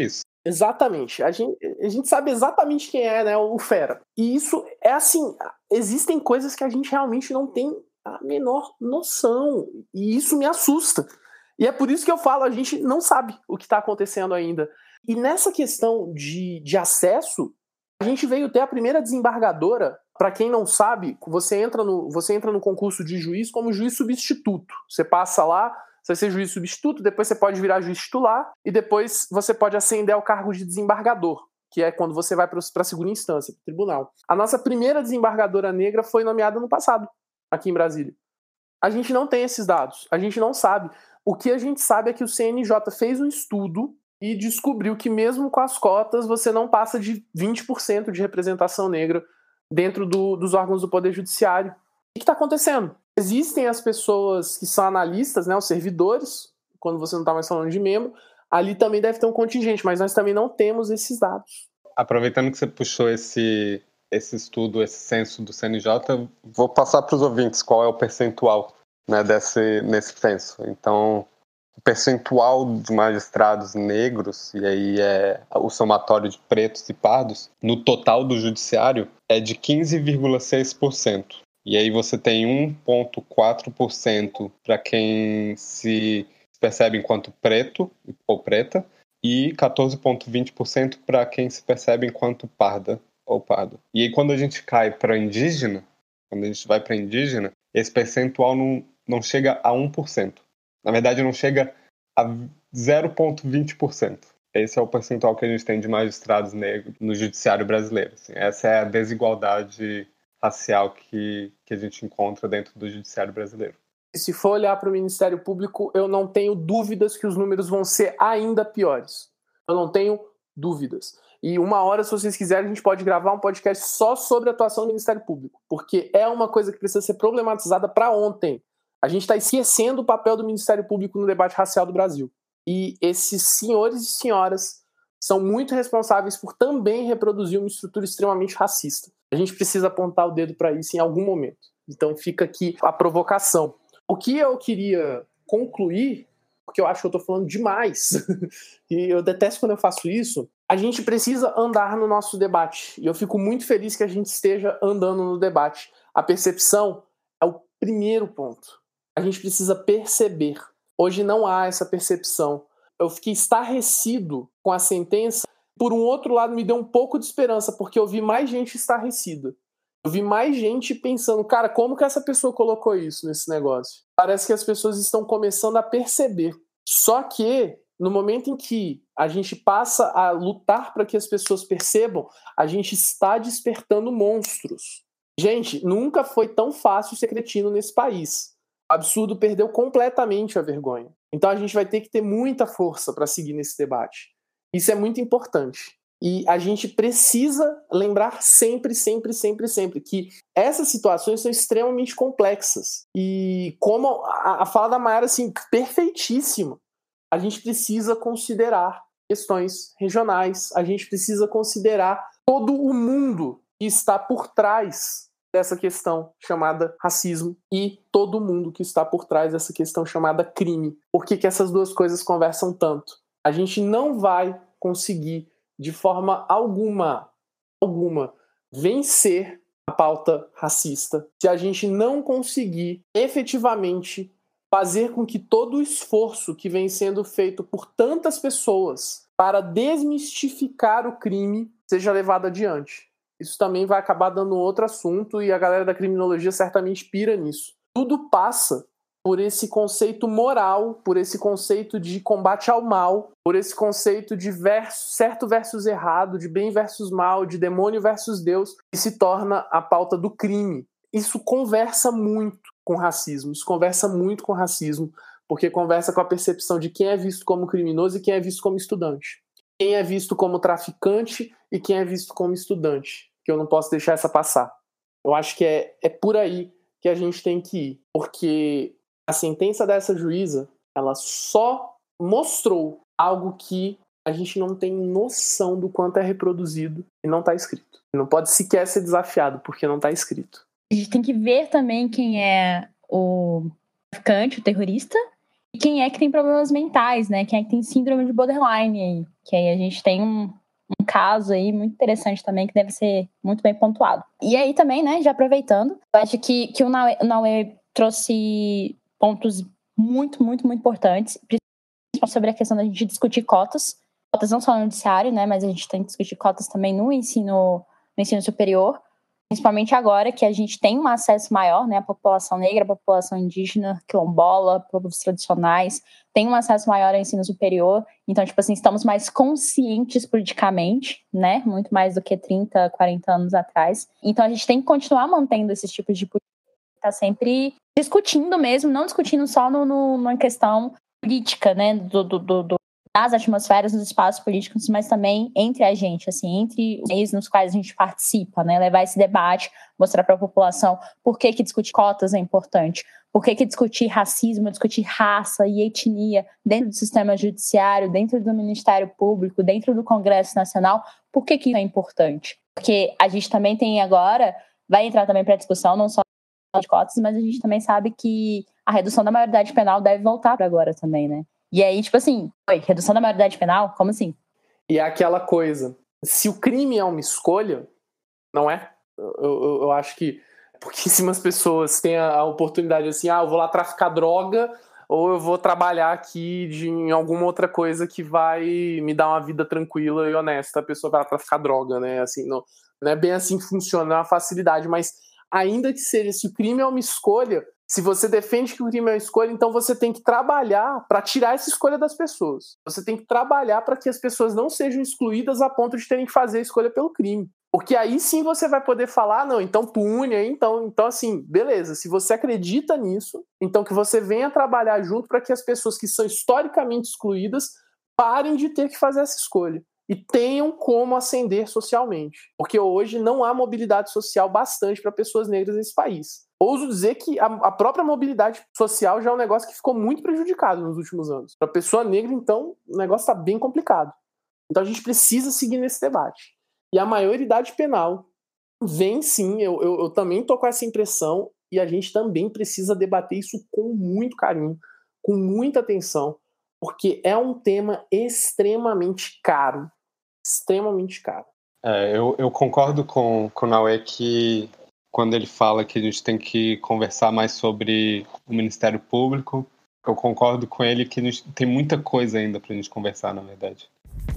Exatamente. A gente, a gente sabe exatamente quem é, né, o fera. E isso é assim, existem coisas que a gente realmente não tem a menor noção. E isso me assusta. E é por isso que eu falo, a gente não sabe o que está acontecendo ainda. E nessa questão de, de acesso, a gente veio ter a primeira desembargadora. Para quem não sabe, você entra, no, você entra no concurso de juiz como juiz substituto. Você passa lá, você vai ser juiz substituto, depois você pode virar juiz titular e depois você pode ascender ao cargo de desembargador, que é quando você vai para a segunda instância, para o tribunal. A nossa primeira desembargadora negra foi nomeada no passado, aqui em Brasília. A gente não tem esses dados, a gente não sabe. O que a gente sabe é que o C N J fez um estudo e descobriu que mesmo com as cotas você não passa de vinte por cento de representação negra dentro do, dos órgãos do Poder Judiciário. O que está acontecendo? Existem as pessoas que são analistas, né, os servidores, quando você não está mais falando de membro, ali também deve ter um contingente, mas nós também não temos esses dados. Aproveitando que você puxou esse, esse estudo, esse censo do C N J, vou passar para os ouvintes qual é o percentual, né, desse, nesse censo. Então, o percentual de magistrados negros, e aí é o somatório de pretos e pardos, no total do judiciário, é de quinze vírgula seis por cento. E aí você tem um vírgula quatro por cento para quem se percebe enquanto preto ou preta e quatorze vírgula vinte por cento para quem se percebe enquanto parda ou pardo. E aí quando a gente cai para indígena, quando a gente vai para indígena, esse percentual não, não chega a um por cento. Na verdade, não chega a zero vírgula vinte por cento. Esse é o percentual que a gente tem de magistrados negros no judiciário brasileiro. Assim, essa é a desigualdade racial que, que a gente encontra dentro do judiciário brasileiro. E se for olhar para o Ministério Público, eu não tenho dúvidas que os números vão ser ainda piores. Eu não tenho dúvidas. E uma hora, se vocês quiserem, a gente pode gravar um podcast só sobre a atuação do Ministério Público, porque é uma coisa que precisa ser problematizada para ontem. A gente está esquecendo o papel do Ministério Público no debate racial do Brasil. E esses senhores e senhoras são muito responsáveis por também reproduzir uma estrutura extremamente racista. A gente precisa apontar o dedo para isso em algum momento. Então fica aqui a provocação. O que eu queria concluir, porque eu acho que eu estou falando demais, e eu detesto quando eu faço isso, a gente precisa andar no nosso debate. E eu fico muito feliz que a gente esteja andando no debate. A percepção é o primeiro ponto. A gente precisa perceber. Hoje não há essa percepção. Eu fiquei estarrecido com a sentença. Por um outro lado, me deu um pouco de esperança, porque eu vi mais gente estarrecida. Eu vi mais gente pensando, cara, como que essa pessoa colocou isso nesse negócio? Parece que as pessoas estão começando a perceber. Só que, no momento em que a gente passa a lutar para que as pessoas percebam, a gente está despertando monstros. Gente, nunca foi tão fácil ser cretino nesse país. O absurdo perdeu completamente a vergonha. Então a gente vai ter que ter muita força para seguir nesse debate. Isso é muito importante. E a gente precisa lembrar sempre, sempre, sempre, sempre que essas situações são extremamente complexas. E como a, a fala da Mayara, assim, perfeitíssima, a gente precisa considerar questões regionais, a gente precisa considerar todo o mundo que está por trás dessa questão chamada racismo e todo mundo que está por trás dessa questão chamada crime. Por que que essas duas coisas conversam tanto? A gente não vai conseguir de forma alguma, alguma, vencer a pauta racista se a gente não conseguir efetivamente fazer com que todo o esforço que vem sendo feito por tantas pessoas para desmistificar o crime seja levado adiante. Isso também vai acabar dando outro assunto e a galera da criminologia certamente pira nisso. Tudo passa por esse conceito moral, por esse conceito de combate ao mal, por esse conceito de verso, certo versus errado, de bem versus mal, de demônio versus Deus, que se torna a pauta do crime. Isso conversa muito com racismo, isso conversa muito com racismo, porque conversa com a percepção de quem é visto como criminoso e quem é visto como estudante. Quem é visto como traficante e quem é visto como estudante, que eu não posso deixar essa passar. Eu acho que é, é por aí que a gente tem que ir, porque a sentença dessa juíza, ela só mostrou algo que a gente não tem noção do quanto é reproduzido e não está escrito. Não pode sequer ser desafiado, porque não está escrito. A gente tem que ver também quem é o traficante, o terrorista, quem é que tem problemas mentais, né? Quem é que tem síndrome de borderline aí? Que aí a gente tem um, um caso aí muito interessante também que deve ser muito bem pontuado. E aí também, né, já aproveitando, eu acho que, que o Naue trouxe pontos muito, muito, muito importantes, principalmente sobre a questão da gente discutir cotas. Cotas não só no judiciário, né, mas a gente tem que discutir cotas também no ensino, no ensino superior, principalmente agora que a gente tem um acesso maior, né, a população negra, a população indígena, quilombola, povos tradicionais, tem um acesso maior ao ensino superior, então, tipo assim, estamos mais conscientes politicamente, né, muito mais do que trinta, quarenta anos atrás, então a gente tem que continuar mantendo esses tipos de política, tá sempre discutindo mesmo, não discutindo só no, no, numa questão política, né, do, do, do nas atmosferas, nos espaços políticos, mas também entre a gente, assim, entre os meios nos quais a gente participa, né? Levar esse debate, mostrar para a população por que que discutir cotas é importante, por que que discutir racismo, discutir raça e etnia dentro do sistema judiciário, dentro do Ministério Público, dentro do Congresso Nacional, por que que isso é importante? Porque a gente também tem agora, vai entrar também para a discussão, não só de cotas, mas a gente também sabe que a redução da maioridade penal deve voltar para agora também, né? E aí, tipo assim, oi, redução da maioridade penal? Como assim? E é aquela coisa, se o crime é uma escolha, não é? Eu, eu, eu acho que pouquíssimas pessoas têm a oportunidade assim, ah, eu vou lá traficar droga ou eu vou trabalhar aqui de, em alguma outra coisa que vai me dar uma vida tranquila e honesta. A pessoa vai lá traficar droga, né? Assim, não, não é bem assim que funciona a facilidade, mas ainda que seja, se o crime é uma escolha, se você defende que o crime é uma escolha, então você tem que trabalhar para tirar essa escolha das pessoas. Você tem que trabalhar para que as pessoas não sejam excluídas a ponto de terem que fazer a escolha pelo crime. Porque aí sim você vai poder falar, não, então pune, então, então assim, beleza, se você acredita nisso, então que você venha trabalhar junto para que as pessoas que são historicamente excluídas parem de ter que fazer essa escolha e tenham como ascender socialmente. Porque hoje não há mobilidade social bastante para pessoas negras nesse país. Ouso dizer que a, a própria mobilidade social já é um negócio que ficou muito prejudicado nos últimos anos. Para a pessoa negra, então, o negócio está bem complicado. Então a gente precisa seguir nesse debate. E a maioridade penal vem sim, eu, eu, eu também estou com essa impressão, e a gente também precisa debater isso com muito carinho, com muita atenção, porque é um tema extremamente caro. Extremamente caro. É, eu, eu concordo com, com o Naue que quando ele fala que a gente tem que conversar mais sobre o Ministério Público, eu concordo com ele que a gente tem muita coisa ainda pra gente conversar, na verdade.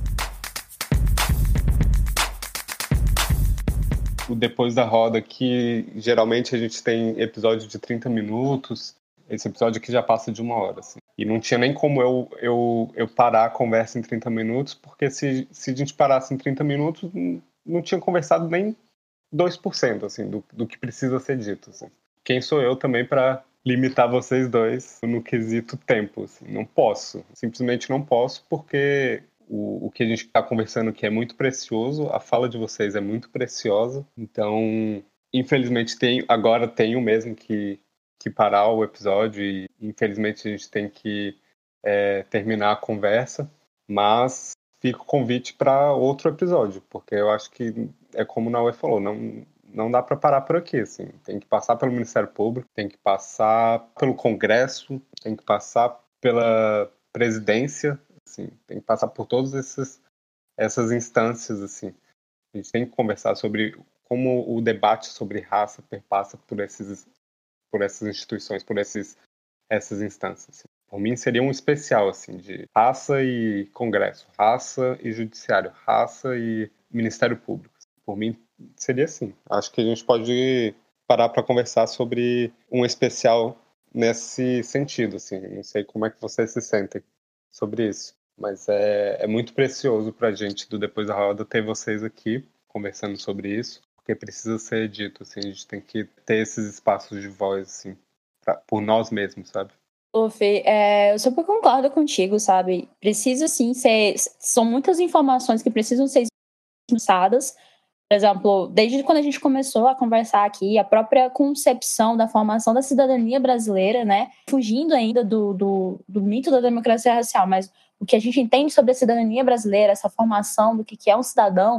O Depois da Roda, que geralmente a gente tem episódio de trinta minutos, esse episódio aqui já passa de uma hora, assim. E não tinha nem como eu, eu, eu parar a conversa em trinta minutos, porque se, se a gente parasse em trinta minutos, não tinha conversado nem dois por cento assim, do, do que precisa ser dito. Assim. Quem sou eu também para limitar vocês dois no quesito tempo? Assim? Não posso, simplesmente não posso, porque o, o que a gente está conversando aqui é muito precioso, a fala de vocês é muito preciosa, então, infelizmente, tenho, agora tenho mesmo que, que parar o episódio e, infelizmente, a gente tem que é, terminar a conversa, mas fica o convite para outro episódio, porque eu acho que é como o Naue falou, não, não dá para parar por aqui, assim. Tem que passar pelo Ministério Público, tem que passar pelo Congresso, tem que passar pela presidência, assim, tem que passar por todas essas, essas instâncias, assim. A gente tem que conversar sobre como o debate sobre raça perpassa por, esses, por essas instituições, por esses, essas instâncias. Assim. Por mim seria um especial, assim, de raça e Congresso, raça e Judiciário, raça e Ministério Público. Por mim, seria assim. Acho que a gente pode parar para conversar sobre um especial nesse sentido. Assim. Não sei como é que vocês se sentem sobre isso, mas é, é muito precioso para a gente do Depois da Roda ter vocês aqui conversando sobre isso, porque precisa ser dito. Assim, a gente tem que ter esses espaços de voz assim, pra, por nós mesmos, sabe? Ô, Fê, é, eu super concordo contigo, sabe? Precisa sim ser. São muitas informações que precisam ser esmiuçadas. Por exemplo, desde quando a gente começou a conversar aqui, a própria concepção da formação da cidadania brasileira, né? Fugindo ainda do, do, do mito da democracia racial, mas o que a gente entende sobre a cidadania brasileira, essa formação do que é um cidadão,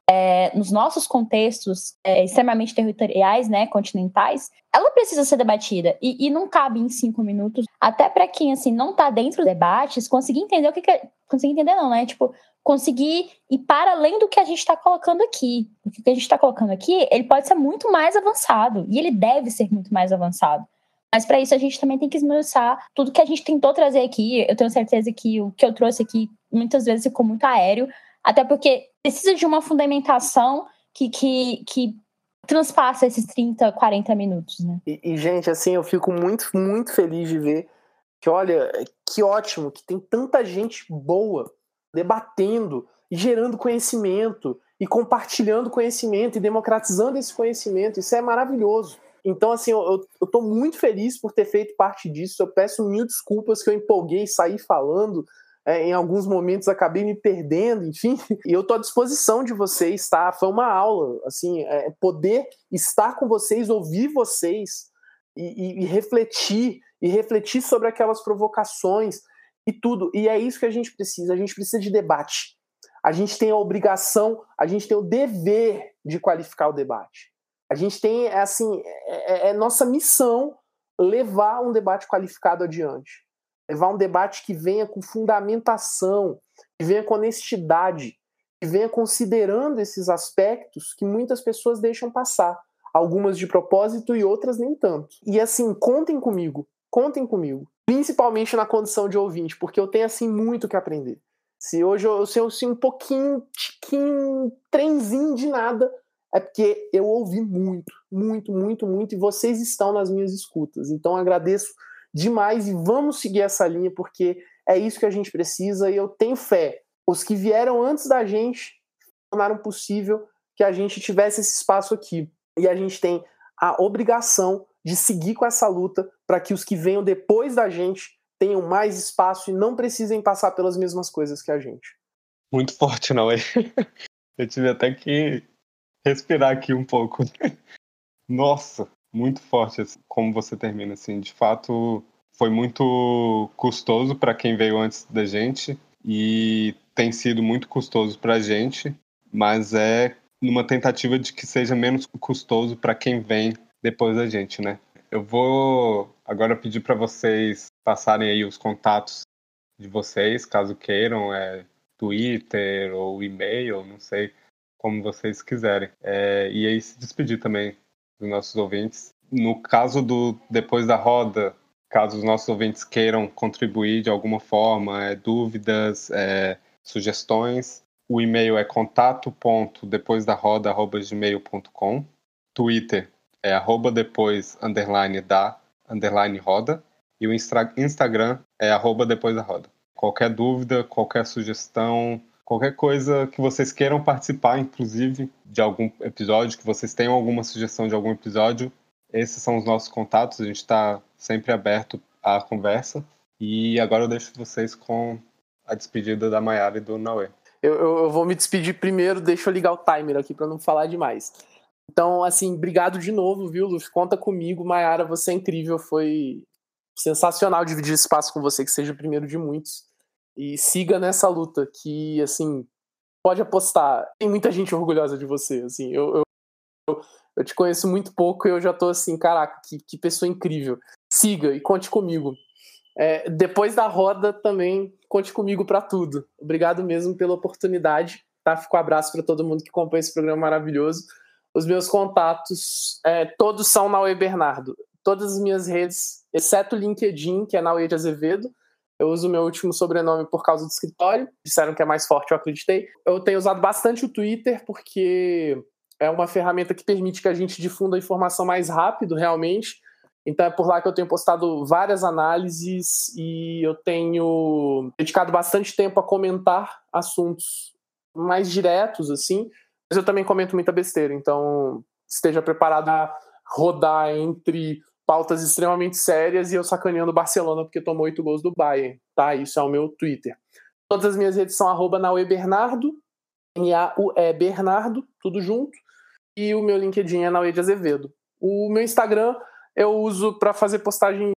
é, nos nossos contextos é, extremamente territoriais, né, continentais, ela precisa ser debatida e, e não cabe em cinco minutos, até para quem assim não está dentro dos debates conseguir entender o que, que é, conseguir entender não, né, tipo conseguir ir para além do que a gente está colocando aqui. O que a gente está colocando aqui, ele pode ser muito mais avançado e ele deve ser muito mais avançado. Mas para isso a gente também tem que esmiuçar tudo que a gente tentou trazer aqui. Eu tenho certeza que o que eu trouxe aqui muitas vezes ficou muito aéreo, até porque precisa de uma fundamentação que, que, que transpassa esses trinta, quarenta minutos, né? E, e, gente, assim, eu fico muito, muito feliz de ver que, olha, que ótimo, que tem tanta gente boa debatendo e gerando conhecimento e compartilhando conhecimento e democratizando esse conhecimento. Isso é maravilhoso. Então, assim, eu, eu tô muito feliz por ter feito parte disso. Eu peço mil desculpas que eu empolguei e saí falando. É, em alguns momentos acabei me perdendo, enfim. E eu tô à disposição de vocês, tá? Foi uma aula, assim, é, poder estar com vocês, ouvir vocês e, e, e refletir, e refletir sobre aquelas provocações e tudo. E é isso que a gente precisa. A gente precisa de debate. A gente tem a obrigação, a gente tem o dever de qualificar o debate. A gente tem, assim, é, é nossa missão levar um debate qualificado adiante. Levar um debate que venha com fundamentação, que venha com honestidade, que venha considerando esses aspectos que muitas pessoas deixam passar. Algumas de propósito e outras nem tanto. E, assim, contem comigo, contem comigo. Principalmente na condição de ouvinte, porque eu tenho, assim, muito que aprender. Se hoje eu sei assim, um pouquinho, tiquinho, trenzinho de nada, é porque eu ouvi muito, muito, muito, muito, e vocês estão nas minhas escutas. Então agradeço demais e vamos seguir essa linha, porque é isso que a gente precisa e eu tenho fé. Os que vieram antes da gente tornaram possível que a gente tivesse esse espaço aqui. E a gente tem a obrigação de seguir com essa luta para que os que venham depois da gente tenham mais espaço e não precisem passar pelas mesmas coisas que a gente. Muito forte, não é? Eu tive até que respirar aqui um pouco. Nossa, muito forte assim, como você termina, assim. De fato, foi muito custoso para quem veio antes da gente e tem sido muito custoso para a gente, mas é numa tentativa de que seja menos custoso para quem vem depois da gente, né? Eu vou agora pedir para vocês passarem aí os contatos de vocês, caso queiram, é Twitter ou e-mail, não sei, como vocês quiserem. É, e aí se despedir também dos nossos ouvintes. No caso do Depois da Roda, caso os nossos ouvintes queiram contribuir de alguma forma, é, dúvidas, é, sugestões, o e-mail é contato ponto depois da roda arroba gmail ponto com. Twitter é arroba depois, underline da, underline roda. E o instra- Instagram é arroba depois da roda. Qualquer dúvida, qualquer sugestão, qualquer coisa que vocês queiram participar, inclusive, de algum episódio, que vocês tenham alguma sugestão de algum episódio, esses são os nossos contatos. A gente está sempre aberto à conversa. E agora eu deixo vocês com a despedida da Mayara e do Nauê. Eu, eu, eu vou me despedir primeiro, deixa eu ligar o timer aqui para não falar demais. Então, assim, obrigado de novo, viu, Luz? Conta comigo, Mayara, você é incrível, foi sensacional dividir espaço com você, que seja o primeiro de muitos. E siga nessa luta, que, assim, pode apostar, tem muita gente orgulhosa de você, assim, eu, eu, eu te conheço muito pouco e eu já tô assim, caraca, que, que pessoa incrível. Siga e conte comigo. É, depois da roda também, conte comigo para tudo. Obrigado mesmo pela oportunidade, tá? Fico um abraço para todo mundo que acompanha esse programa maravilhoso. Os meus contatos, é, todos são Nauê Bernardo. Todas as minhas redes, exceto o LinkedIn, que é Nauê de Azevedo. Eu uso o meu último sobrenome por causa do escritório. Disseram que é mais forte, eu acreditei. Eu tenho usado bastante o Twitter, porque é uma ferramenta que permite que a gente difunda a informação mais rápido, realmente. Então é por lá que eu tenho postado várias análises e eu tenho dedicado bastante tempo a comentar assuntos mais diretos, assim. Mas eu também comento muita besteira, então esteja preparado a rodar entre pautas extremamente sérias e eu sacaneando o Barcelona porque tomou oito gols do Bayern, tá? Isso é o meu Twitter. Todas as minhas redes são arroba Nauê Bernardo, N A U E Bernardo, tudo junto. E o meu LinkedIn é Nauê de Azevedo. O meu Instagram eu uso para fazer postagens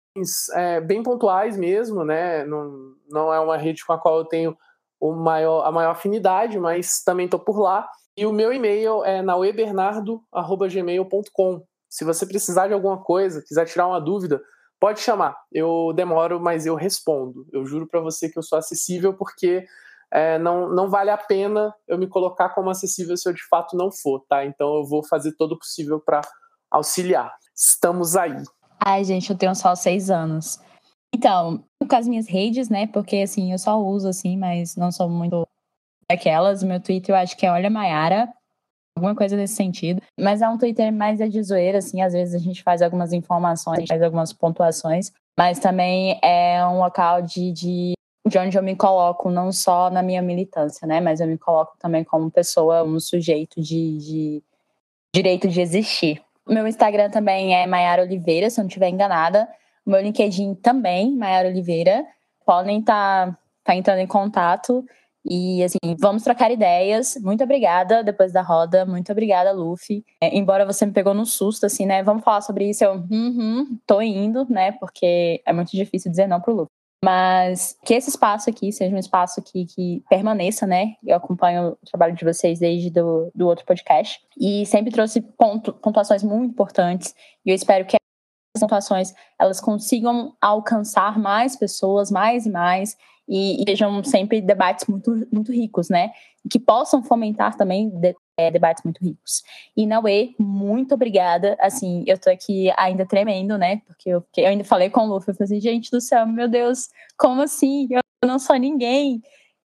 é, bem pontuais mesmo, né? Não, não é uma rede com a qual eu tenho o maior, a maior afinidade, mas também estou por lá. E o meu e-mail é nauebernardo arroba gmail ponto com. Se você precisar de alguma coisa, quiser tirar uma dúvida, pode chamar. Eu demoro, mas eu respondo. Eu juro para você que eu sou acessível, porque é, não, não vale a pena eu me colocar como acessível se eu de fato não for, tá? Então eu vou fazer todo o possível para auxiliar. Estamos aí. Ai, gente, eu tenho só seis anos. Então, com as minhas redes, né? Porque, assim, eu só uso, assim, mas não sou muito daquelas. Meu Twitter, eu acho que é Olha Maiara, alguma coisa nesse sentido. Mas é um Twitter mais de zoeira, assim. Às vezes a gente faz algumas informações, faz algumas pontuações. Mas também é um local de, de, de onde eu me coloco, não só na minha militância, né? Mas eu me coloco também como pessoa, um sujeito de, de direito de existir. Meu Instagram também é Maiara Oliveira, se eu não estiver enganada. O meu LinkedIn também, Maiara Oliveira. Podem estar tá, tá entrando em contato. E, assim, vamos trocar ideias. Muito obrigada, depois da roda. Muito obrigada, Luffy. É, embora você me pegou no susto, assim, né? Vamos falar sobre isso. Eu, uhum, tô indo, né? Porque é muito difícil dizer não pro Luffy. Mas que esse espaço aqui seja um espaço que, que permaneça, né? Eu acompanho o trabalho de vocês desde do, do outro podcast. E sempre trouxe ponto, pontuações muito importantes. E eu espero que as pontuações elas consigam alcançar mais pessoas, mais e mais. E, e sejam sempre debates muito, muito ricos, né? Que possam fomentar também de, é, debates muito ricos. E, Naue, muito obrigada. Assim, eu tô aqui ainda tremendo, né? Porque eu, eu ainda falei com o Luffy, eu falei assim, gente do céu, meu Deus, como assim? Eu não sou ninguém.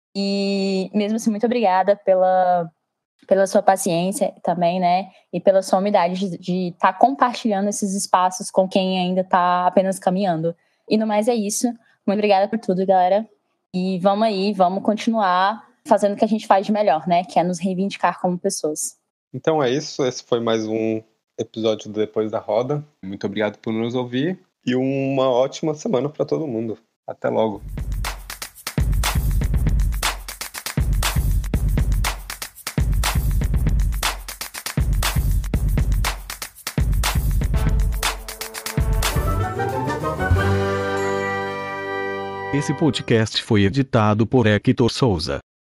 E, mesmo assim, muito obrigada pela, pela sua paciência também, né? E pela sua humildade de estar tá compartilhando esses espaços com quem ainda está apenas caminhando. E, no mais, é isso. Muito obrigada por tudo, galera. E vamos aí, vamos continuar fazendo o que a gente faz de melhor, né? Que é nos reivindicar como pessoas. Então é isso, esse foi mais um episódio do Depois da Roda. Muito obrigado por nos ouvir e uma ótima semana para todo mundo. Até logo. Esse podcast foi editado por Hector Souza.